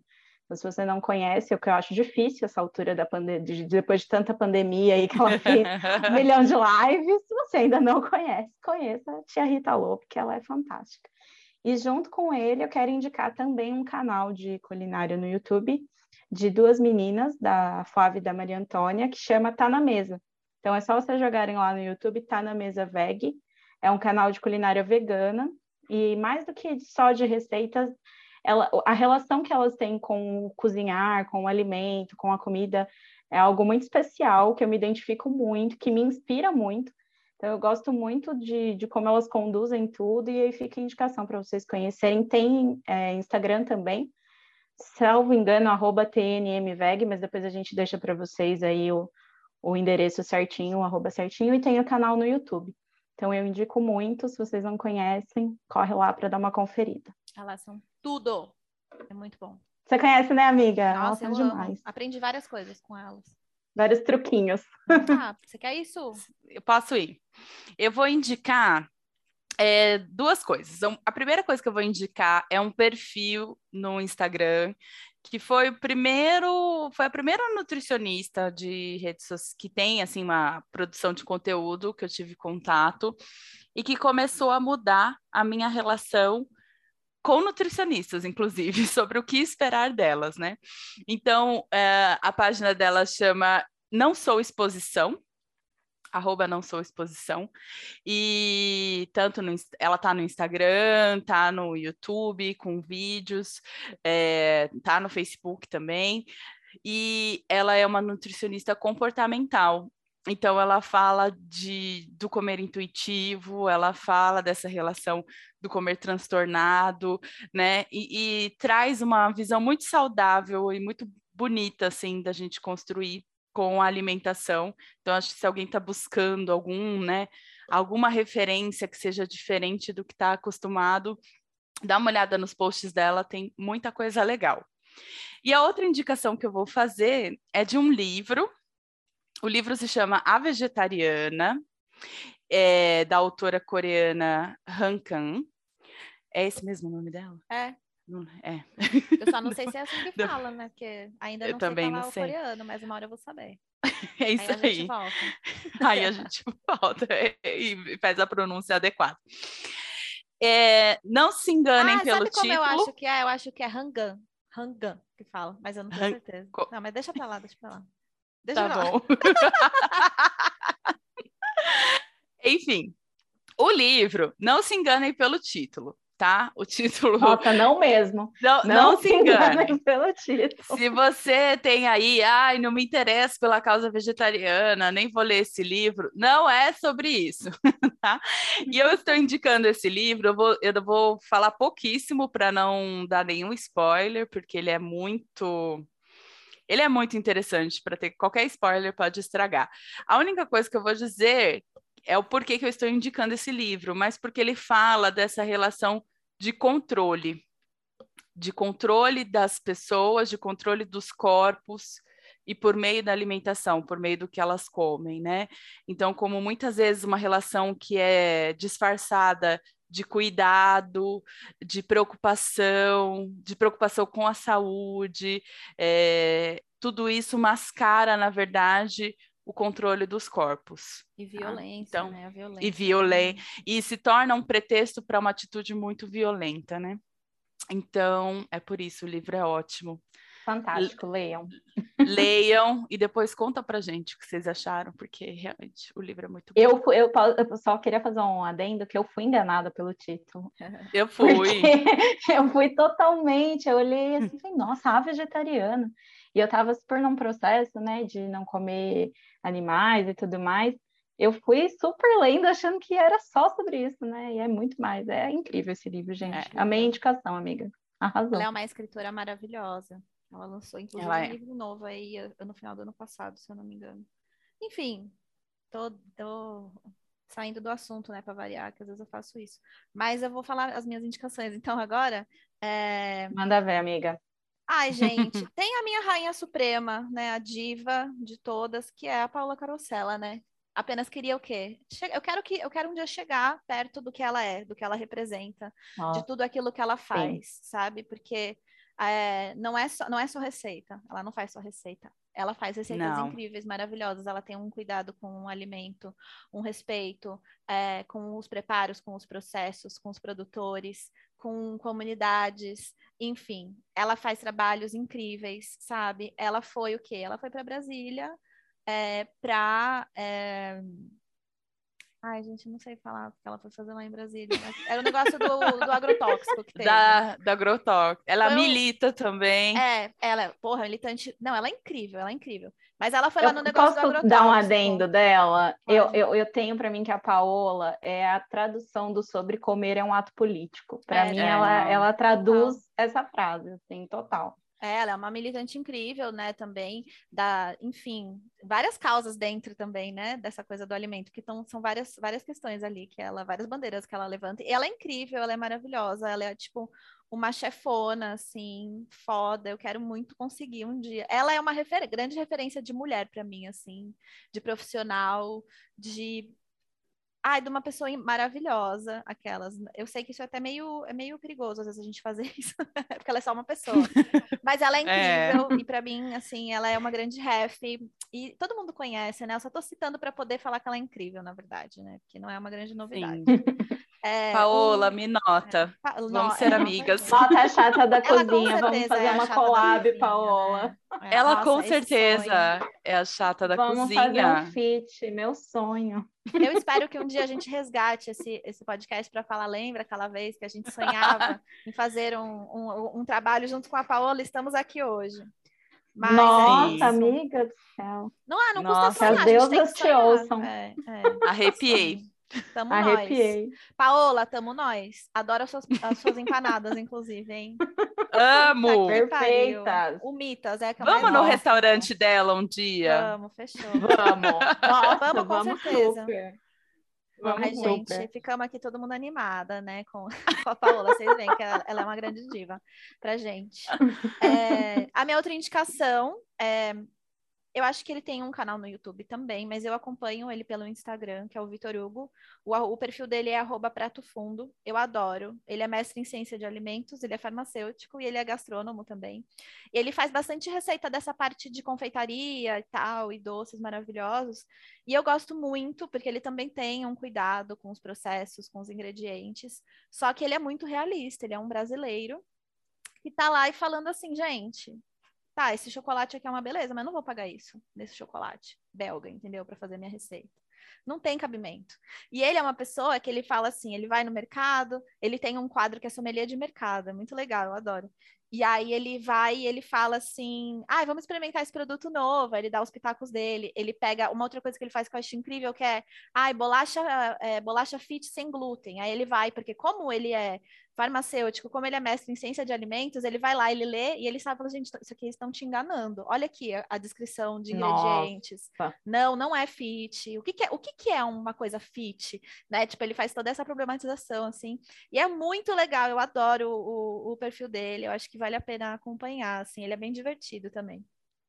Speaker 3: Então, se você não conhece, o que eu acho difícil essa altura da pandemia, depois de tanta pandemia aí que ela fez um milhão de lives, se você ainda não conhece, conheça a tia Rita Lobo, porque ela é fantástica. E junto com ele, eu quero indicar também um canal de culinária no YouTube de duas meninas, da Flávia e da Maria Antônia, que chama Tá na Mesa. Então, é só vocês jogarem lá no YouTube, Tá na Mesa Veg. É um canal de culinária vegana. E mais do que só de receitas, ela, a relação que elas têm com o cozinhar, com o alimento, com a comida, é algo muito especial, que eu me identifico muito, que me inspira muito. Então, eu gosto muito de, de como elas conduzem tudo, e aí fica a indicação para vocês conhecerem. Tem é, Instagram também, salvo engano, arroba T N M Veg, mas depois a gente deixa para vocês aí o, o endereço certinho, o arroba certinho, e tem o canal no YouTube. Então, eu indico muito, se vocês não conhecem, corre lá para dar uma conferida.
Speaker 1: Elas são tudo. É muito bom.
Speaker 3: Você conhece, né, amiga?
Speaker 1: Nossa,
Speaker 3: Nossa,
Speaker 1: eu
Speaker 3: demais.
Speaker 1: amo. Aprendi várias coisas com elas.
Speaker 3: Vários truquinhos.
Speaker 1: Ah, você quer isso?
Speaker 2: Eu posso ir. Eu vou indicar é, duas coisas. A primeira coisa que eu vou indicar é um perfil no Instagram, que foi o primeiro, foi a primeira nutricionista de redes sociais que tem assim uma produção de conteúdo que eu tive contato e que começou a mudar a minha relação com nutricionistas, inclusive, sobre o que esperar delas, né? Então, é, a página dela chama Não Sou Exposição, arroba Não Sou Exposição, e tanto no, ela tá no Instagram, tá no YouTube com vídeos, é, tá no Facebook também, e ela é uma nutricionista comportamental. Então, ela fala de, do comer intuitivo, ela fala dessa relação do comer transtornado, né? E, e traz uma visão muito saudável e muito bonita, assim, da gente construir com a alimentação. Então, acho que se alguém está buscando algum, né, alguma referência que seja diferente do que está acostumado, dá uma olhada nos posts dela, tem muita coisa legal. E a outra indicação que eu vou fazer é de um livro. O livro se chama A Vegetariana, é, da autora coreana Han Kang. É esse mesmo o nome dela?
Speaker 1: É.
Speaker 2: Não, é.
Speaker 1: Eu só não sei se é assim que fala, né? Porque ainda
Speaker 2: eu
Speaker 1: não sei
Speaker 2: também
Speaker 1: falar
Speaker 2: não
Speaker 1: o
Speaker 2: sei.
Speaker 1: coreano, mas uma hora eu vou saber.
Speaker 2: É isso
Speaker 1: aí. A gente
Speaker 2: aí.
Speaker 1: volta.
Speaker 2: Aí a gente volta e faz a pronúncia adequada. É, não se enganem
Speaker 1: ah,
Speaker 2: pelo
Speaker 1: sabe como
Speaker 2: título.
Speaker 1: eu acho que é? Eu acho que é Hangan. Hangan que fala, mas eu não tenho
Speaker 2: Han...
Speaker 1: certeza.
Speaker 2: Co...
Speaker 1: Não, mas deixa pra lá, deixa pra lá. Deixa
Speaker 2: tá
Speaker 1: pra
Speaker 2: bom. Enfim, o livro, não se enganem pelo título, tá? O título...
Speaker 3: Nossa, não mesmo.
Speaker 2: Não,
Speaker 3: não,
Speaker 2: não se enganem.
Speaker 3: enganem pelo título.
Speaker 2: Se você tem aí, ai, não me interesso pela causa vegetariana, nem vou ler esse livro, não é sobre isso, tá? E eu estou indicando esse livro, eu vou, eu vou falar pouquíssimo para não dar nenhum spoiler, porque ele é muito... Ele é muito interessante para ter qualquer spoiler pode estragar. A única coisa que eu vou dizer é o porquê que eu estou indicando esse livro, mas porque ele fala dessa relação de controle, de controle das pessoas, de controle dos corpos e por meio da alimentação, por meio do que elas comem, né? Então, como muitas vezes uma relação que é disfarçada de cuidado, de preocupação, de preocupação com a saúde, é, tudo isso mascara, na verdade, o controle dos corpos.
Speaker 1: E violência,
Speaker 2: tá? Então,
Speaker 1: né? A violência.
Speaker 2: E violência. E se torna um pretexto para uma atitude muito violenta, né? Então, é por isso, o livro é ótimo.
Speaker 3: Fantástico, leiam.
Speaker 2: Leiam e depois conta pra gente o que vocês acharam, porque realmente o livro é muito bom.
Speaker 3: Eu, eu, eu só queria fazer um adendo que eu fui enganada pelo título.
Speaker 2: Eu fui.
Speaker 3: Eu fui totalmente, eu olhei assim, falei, nossa, a vegetariana. E eu tava super num processo, né, de não comer animais e tudo mais. Eu fui super lendo, achando que era só sobre isso, né? E é muito mais. É incrível esse livro, gente.
Speaker 2: É.
Speaker 3: Amei a indicação, amiga. Arrasou.
Speaker 1: Ela é uma escritora maravilhosa. Ela lançou, inclusive,
Speaker 2: Ela
Speaker 1: um
Speaker 2: é.
Speaker 1: livro novo aí no final do ano passado, se eu não me engano. Enfim, tô, tô saindo do assunto, né, para variar, que às vezes eu faço isso. Mas eu vou falar as minhas indicações. Então, agora... É...
Speaker 3: Manda ver, amiga.
Speaker 1: Ai, gente, tem a minha rainha suprema, né, a diva de todas, que é a Paula Carosella, né? Apenas queria o quê? Che- Eu quero que eu quero um dia chegar perto do que ela é, do que ela representa,
Speaker 3: Nossa,
Speaker 1: de tudo aquilo que ela faz, sabe? Porque É, não é só, não é só receita, ela não faz só receita. Ela faz receitas
Speaker 2: Não.
Speaker 1: incríveis, maravilhosas. Ela tem um cuidado com o alimento, um respeito é, com os preparos, com os processos, com os produtores, com comunidades, enfim. Ela faz trabalhos incríveis, sabe? Ela foi o quê? Ela foi para Brasília é, para... É... Ai, gente, não sei falar o que ela foi fazer lá em Brasília. Mas era o negócio do, do agrotóxico que teve.
Speaker 2: Da, da Agrotalk. Ela
Speaker 1: Foi um-
Speaker 2: milita também.
Speaker 1: É, ela, porra, militante. Não, ela é incrível, ela é incrível. Mas ela foi
Speaker 3: Eu
Speaker 1: lá no negócio do
Speaker 3: posso
Speaker 1: agrotóxico.
Speaker 3: dar um adendo dela? Eu,
Speaker 1: Pode.
Speaker 3: eu, eu tenho para mim que a Paola é a tradução do sobre comer é um ato político. Para
Speaker 1: É,
Speaker 3: mim,
Speaker 2: é,
Speaker 3: ela,
Speaker 2: não.
Speaker 3: ela traduz essa frase, assim, total.
Speaker 1: É, ela é uma militante incrível, né, também, da, enfim, várias causas dentro também, né, dessa coisa do alimento, que tão, são várias, várias questões ali, que ela, várias bandeiras que ela levanta, e ela é incrível, ela é maravilhosa, ela é, tipo, uma chefona, assim, foda, eu quero muito conseguir um dia. Ela é uma refer grande referência de mulher para mim, assim, de profissional, de ai, de uma pessoa maravilhosa, aquelas. Eu sei que isso é até meio, é meio perigoso, às vezes, a gente fazer isso, porque ela é só uma pessoa. Mas ela é incrível,
Speaker 2: É.
Speaker 1: e para mim, assim, ela é uma grande ref, e todo mundo conhece, né? Eu só tô citando para poder falar que ela é incrível, na verdade, né? Porque não é uma grande novidade.
Speaker 2: Sim.
Speaker 1: É,
Speaker 2: Paola,
Speaker 1: um...
Speaker 2: me nota.
Speaker 1: Pa-
Speaker 2: Vamos
Speaker 1: no-
Speaker 2: ser
Speaker 1: é, com
Speaker 2: amigas.
Speaker 1: certeza.
Speaker 3: Nota a chata da
Speaker 1: Ela com
Speaker 3: cozinha, vamos
Speaker 1: certeza
Speaker 3: fazer
Speaker 1: é a
Speaker 3: uma
Speaker 1: chata da
Speaker 3: collab,
Speaker 1: cozinha,
Speaker 3: Paola.
Speaker 1: né? É,
Speaker 2: Ela
Speaker 1: nossa,
Speaker 2: com
Speaker 1: esse
Speaker 2: certeza
Speaker 1: sonho.
Speaker 2: é a chata da
Speaker 3: Vamos fazer um
Speaker 2: cozinha.
Speaker 3: feat, meu sonho.
Speaker 1: Eu espero que um dia a gente resgate esse, esse podcast para falar. Lembra aquela vez que a gente sonhava em fazer um, um, um trabalho junto com a Paola? Estamos aqui hoje. Mas
Speaker 3: Nossa,
Speaker 1: é isso.
Speaker 3: amiga do céu.
Speaker 1: Não, ah, não custa
Speaker 2: Nossa,
Speaker 3: Que as
Speaker 1: sonhar, a gente tem que
Speaker 3: deusas te
Speaker 1: sonhar.
Speaker 3: ouçam.
Speaker 1: É, é.
Speaker 2: arrepiei.
Speaker 1: Sim. Tamo nós.
Speaker 3: Arrepiei.
Speaker 1: Paola, tamo nós. Adoro as suas, as suas empanadas, inclusive, hein?
Speaker 2: Amo!
Speaker 1: Puta que pariu.
Speaker 3: Perfeitas.
Speaker 1: O Mitas é a que eu
Speaker 2: Vamos
Speaker 1: mais
Speaker 2: no
Speaker 1: gosto.
Speaker 2: restaurante dela um dia?
Speaker 1: Vamos, fechou.
Speaker 3: Vamos. Nossa,
Speaker 1: Vamos, com
Speaker 3: vamos
Speaker 1: certeza.
Speaker 3: super.
Speaker 1: Ai,
Speaker 3: Vamos
Speaker 1: gente,
Speaker 3: super.
Speaker 1: ficamos aqui todo mundo animada, né, com, com a Paola, vocês veem que ela, ela é uma grande diva pra gente. É, a minha outra indicação, é, eu acho que ele tem um canal no YouTube também, mas eu acompanho ele pelo Instagram, que é o Vitor Hugo. O, o perfil dele é arroba prato fundo, eu adoro. Ele é mestre em ciência de alimentos, ele é farmacêutico e ele é gastrônomo também. Ele faz bastante receita dessa parte de confeitaria e tal, e doces maravilhosos. E eu gosto muito, porque ele também tem um cuidado com os processos, com os ingredientes. Só que ele é muito realista, ele é um brasileiro que tá lá e falando assim, gente, tá, esse chocolate aqui é uma beleza, mas não vou pagar isso nesse chocolate belga, entendeu? Para fazer minha receita. Não tem cabimento. E ele é uma pessoa que ele fala assim, ele vai no mercado, ele tem um quadro que é sommelier de mercado, é muito legal, eu adoro. E aí ele vai e ele fala assim, ah, vamos experimentar esse produto novo, aí ele dá os pitacos dele, ele pega, uma outra coisa que ele faz que eu acho incrível, que é, ah, bolacha, é, bolacha fit sem glúten, aí ele vai, porque como ele é farmacêutico, como ele é mestre em ciência de alimentos, ele vai lá, ele lê e ele sabe, fala, gente, isso aqui eles estão te enganando. Olha aqui a, a descrição de ingredientes.
Speaker 3: Nossa.
Speaker 1: Não, não é fit. O que, que é, o que, que é uma coisa fit? Né? Tipo, ele faz toda essa problematização, assim. E é muito legal, eu adoro o, o, o perfil dele, eu acho que vale a pena acompanhar, assim, ele é bem divertido também.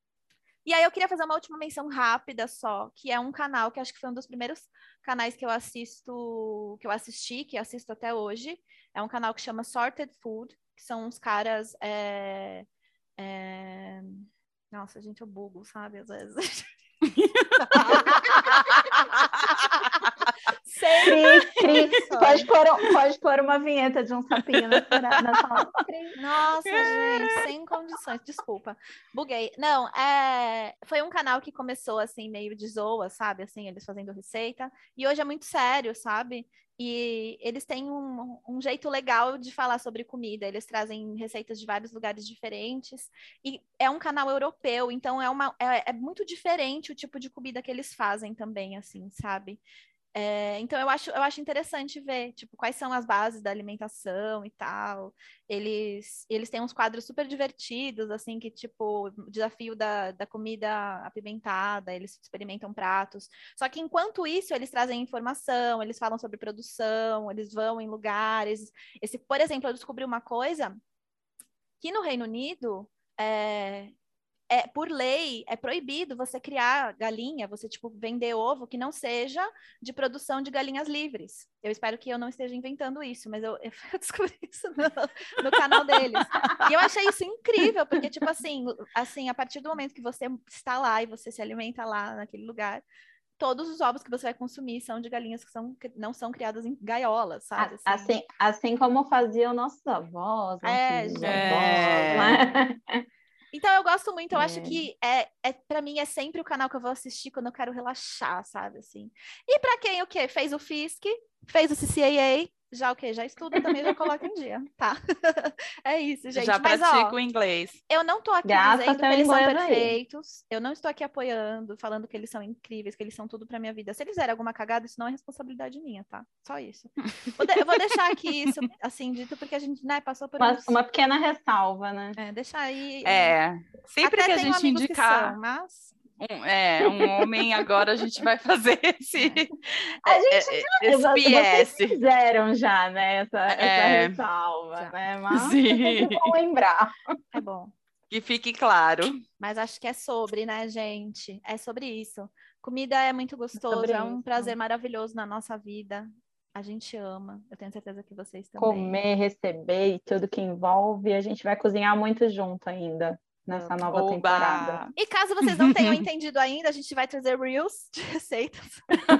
Speaker 1: E aí eu queria fazer uma última menção rápida só, que é um canal que acho que foi um dos primeiros canais que eu assisto, que eu assisti, que assisto até hoje. É um canal que chama Sorted Food, que são uns caras. É, é... Nossa, gente, eu bugo, sabe? Às vezes.
Speaker 3: Cris, Cris, pode pôr, pode pôr uma vinheta de um sapinho nessa, nessa...
Speaker 1: Nossa, gente, sem condições, desculpa, buguei. Não, é... foi um canal que começou assim, meio de zoa, sabe? Assim, eles fazendo receita, e hoje é muito sério, sabe? E eles têm um, um jeito legal de falar sobre comida, eles trazem receitas de vários lugares diferentes, e é um canal europeu, então é, uma, é, é muito diferente o tipo de comida que eles fazem também, assim, sabe? É, então eu acho, eu acho interessante ver, tipo, quais são as bases da alimentação e tal. Eles, eles têm uns quadros super divertidos, assim, que, tipo, o desafio da, da comida apimentada, eles experimentam pratos. Só que enquanto isso, eles trazem informação, eles falam sobre produção, eles vão em lugares. Esse, por exemplo, eu descobri uma coisa que no Reino Unido, é, é, por lei, é proibido você criar galinha, você, tipo, vender ovo que não seja de produção de galinhas livres. Eu espero que eu não esteja inventando isso, mas eu, eu descobri isso no, no canal deles. E eu achei isso incrível, porque, tipo assim, assim, a partir do momento que você está lá e você se alimenta lá naquele lugar, todos os ovos que você vai consumir são de galinhas que são, que não são criadas em gaiolas, sabe?
Speaker 3: Assim, assim, assim como faziam nossos avós, nossos
Speaker 1: É,
Speaker 3: avós,
Speaker 2: é.
Speaker 3: né?
Speaker 1: Então eu gosto muito, eu
Speaker 3: É.
Speaker 1: acho que é, é para mim é sempre o canal que eu vou assistir quando eu quero relaxar, sabe, assim. E para quem o quê? Fez o F I S C, fez o C C A A, já o quê? Já estuda também, já coloca em dia, tá? É isso, gente.
Speaker 2: Já
Speaker 1: Mas,
Speaker 2: pratico
Speaker 1: ó,
Speaker 2: o inglês.
Speaker 1: eu não tô aqui
Speaker 3: Gasta
Speaker 1: dizendo que
Speaker 3: teu
Speaker 1: eles são
Speaker 3: inglês aí.
Speaker 1: perfeitos, eu não estou aqui apoiando, falando que eles são incríveis, que eles são tudo pra minha vida. Se eles fizerem alguma cagada, isso não é responsabilidade minha, tá? Só isso. Vou de- eu vou deixar aqui isso, assim, dito, porque a gente, né, passou por
Speaker 3: Uma,
Speaker 1: uns...
Speaker 3: uma pequena ressalva, né?
Speaker 1: É, deixar aí...
Speaker 2: É, sempre
Speaker 1: Até
Speaker 2: que a
Speaker 1: tenho
Speaker 2: gente
Speaker 1: amigos
Speaker 2: indicar
Speaker 1: que são, mas...
Speaker 2: um, é, um homem, agora a gente vai fazer esse,
Speaker 3: A
Speaker 2: é,
Speaker 3: gente
Speaker 2: é,
Speaker 3: já,
Speaker 2: esse
Speaker 3: vocês
Speaker 2: P S.
Speaker 3: fizeram já, né, essa, essa
Speaker 2: É,
Speaker 3: ressalva,
Speaker 1: já.
Speaker 3: né? Mas
Speaker 2: Sim.
Speaker 3: é sempre bom lembrar.
Speaker 1: É bom.
Speaker 2: Que fique claro.
Speaker 1: Mas acho que é sobre, né, gente? É sobre isso. Comida é muito gostoso,
Speaker 3: sobre
Speaker 1: é um
Speaker 3: isso.
Speaker 1: prazer maravilhoso na nossa vida. A gente ama. Eu tenho certeza que vocês também.
Speaker 3: Comer, receber e tudo que envolve, a gente vai cozinhar muito junto ainda nessa
Speaker 1: Vamos.
Speaker 3: nova
Speaker 2: Oba!
Speaker 3: temporada.
Speaker 1: E caso vocês não tenham entendido ainda, a gente vai trazer reels de receitas.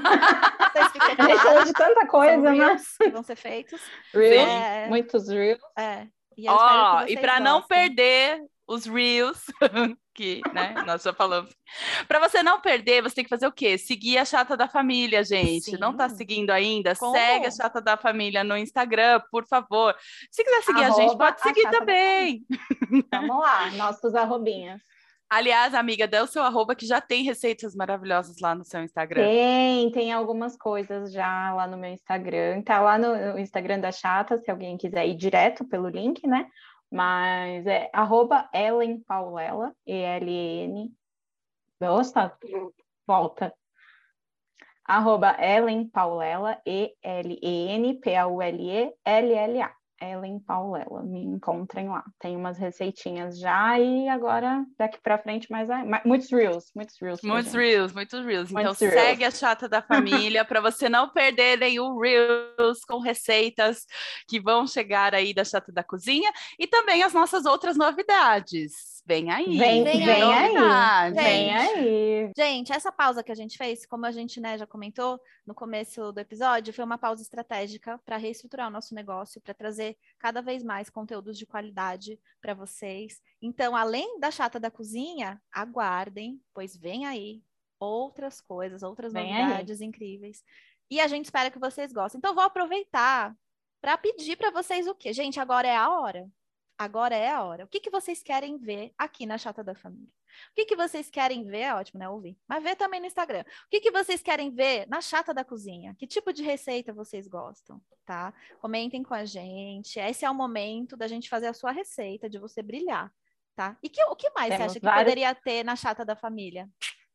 Speaker 1: Vocês ficam
Speaker 3: A gente falou
Speaker 1: claros.
Speaker 3: de tanta
Speaker 1: São
Speaker 3: coisa, né?
Speaker 1: reels que vão ser feitos.
Speaker 3: Reels,
Speaker 1: É,
Speaker 3: muitos reels.
Speaker 1: é. E eu espero
Speaker 2: Ó,
Speaker 1: que
Speaker 2: e
Speaker 1: vocês
Speaker 2: para não
Speaker 1: gostem.
Speaker 2: perder os reels, que, né, nós já falamos. Para você não perder, você tem que fazer o quê? Seguir a Chata da Família, gente.
Speaker 1: Sim.
Speaker 2: Não tá seguindo ainda?
Speaker 1: Como?
Speaker 2: Segue a Chata da Família no Instagram, por favor. Se quiser seguir a gente,
Speaker 3: Arroba
Speaker 2: pode seguir
Speaker 3: a Chata da
Speaker 2: também.
Speaker 3: Vamos lá, nossos arrobinhas.
Speaker 2: Aliás, amiga, dê o seu arroba que já tem receitas maravilhosas lá no seu Instagram.
Speaker 3: Tem, tem algumas coisas já lá no meu Instagram. Tá lá no Instagram da Chata, se alguém quiser ir direto pelo link, né? Mas é arroba Ellen Paulela, E L E N. Nossa, volta. Arroba Ellen Paulela, E L E N P A U L E L L A. Ellen Paulela, me encontrem lá. Tem umas receitinhas já e agora, daqui pra frente, mais, mais muitos reels, muitos reels.
Speaker 2: Muitos
Speaker 3: gente.
Speaker 2: reels, muitos reels. Então
Speaker 3: Muitos reels.
Speaker 2: segue a Chata da Família para você não perder nenhum reels com receitas que vão chegar aí da Chata da Cozinha e também as nossas outras novidades. Vem aí,
Speaker 3: Vem,
Speaker 1: Vem
Speaker 3: vem aí,
Speaker 2: novidade.
Speaker 3: vem aí.
Speaker 1: Gente, essa pausa que a gente fez, como a gente, né, já comentou no começo do episódio, foi uma pausa estratégica para reestruturar o nosso negócio, para trazer cada vez mais conteúdos de qualidade para vocês. Então, além da Chata da Cozinha, aguardem, pois vem aí outras coisas, outras
Speaker 3: Vem
Speaker 1: novidades incríveis. E a gente espera que vocês gostem. Então, vou aproveitar para pedir para vocês o quê? Gente, agora é a hora. Agora é a hora. O que, que vocês querem ver aqui na Chata da Família? O que, que vocês querem ver? É ótimo, né? Ouvir. Mas ver também no Instagram. O que, que vocês querem ver na Chata da Cozinha? Que tipo de receita vocês gostam, tá? Comentem com a gente. Esse é o momento da gente fazer a sua receita, de você brilhar, tá? E que, o que mais
Speaker 3: Temos
Speaker 1: você acha que
Speaker 3: vários...
Speaker 1: poderia ter na Chata da Família?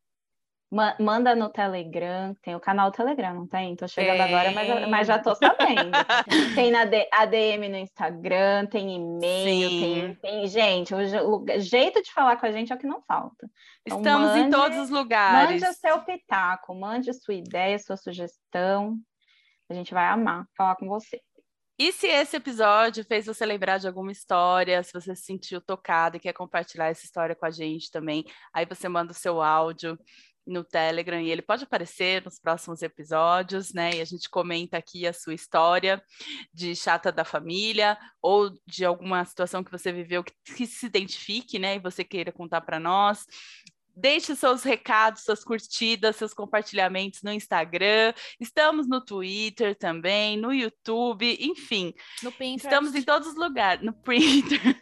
Speaker 3: Ma- Manda no Telegram, tem o canal Telegram, não tem? Tô chegando
Speaker 2: Tem.
Speaker 3: agora, mas, mas já tô sabendo. Tem na D- A D M no Instagram, tem e-mail, tem, tem... Gente, o, je- o jeito de falar com a gente é o que não falta. Então,
Speaker 2: Estamos em
Speaker 3: mande-
Speaker 2: todos os lugares.
Speaker 3: Mande o seu pitaco, mande sua ideia, sua sugestão. A gente vai amar falar com você.
Speaker 2: E se esse episódio fez você lembrar de alguma história, se você se sentiu tocado e quer compartilhar essa história com a gente também, aí você manda o seu áudio no Telegram e ele pode aparecer nos próximos episódios, né? E a gente comenta aqui a sua história de Chata da Família ou de alguma situação que você viveu que, que se identifique, né? E você queira contar para nós. Deixe seus recados, suas curtidas, seus compartilhamentos no Instagram. Estamos no Twitter também, no YouTube, enfim.
Speaker 1: No Pinterest.
Speaker 2: Estamos em todos os lugares. No Pinterest.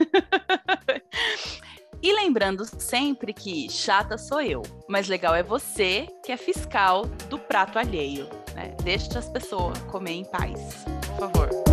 Speaker 2: E lembrando sempre que chata sou eu, mas legal é você que é fiscal do prato alheio, né? Deixe as pessoas comer em paz, por favor.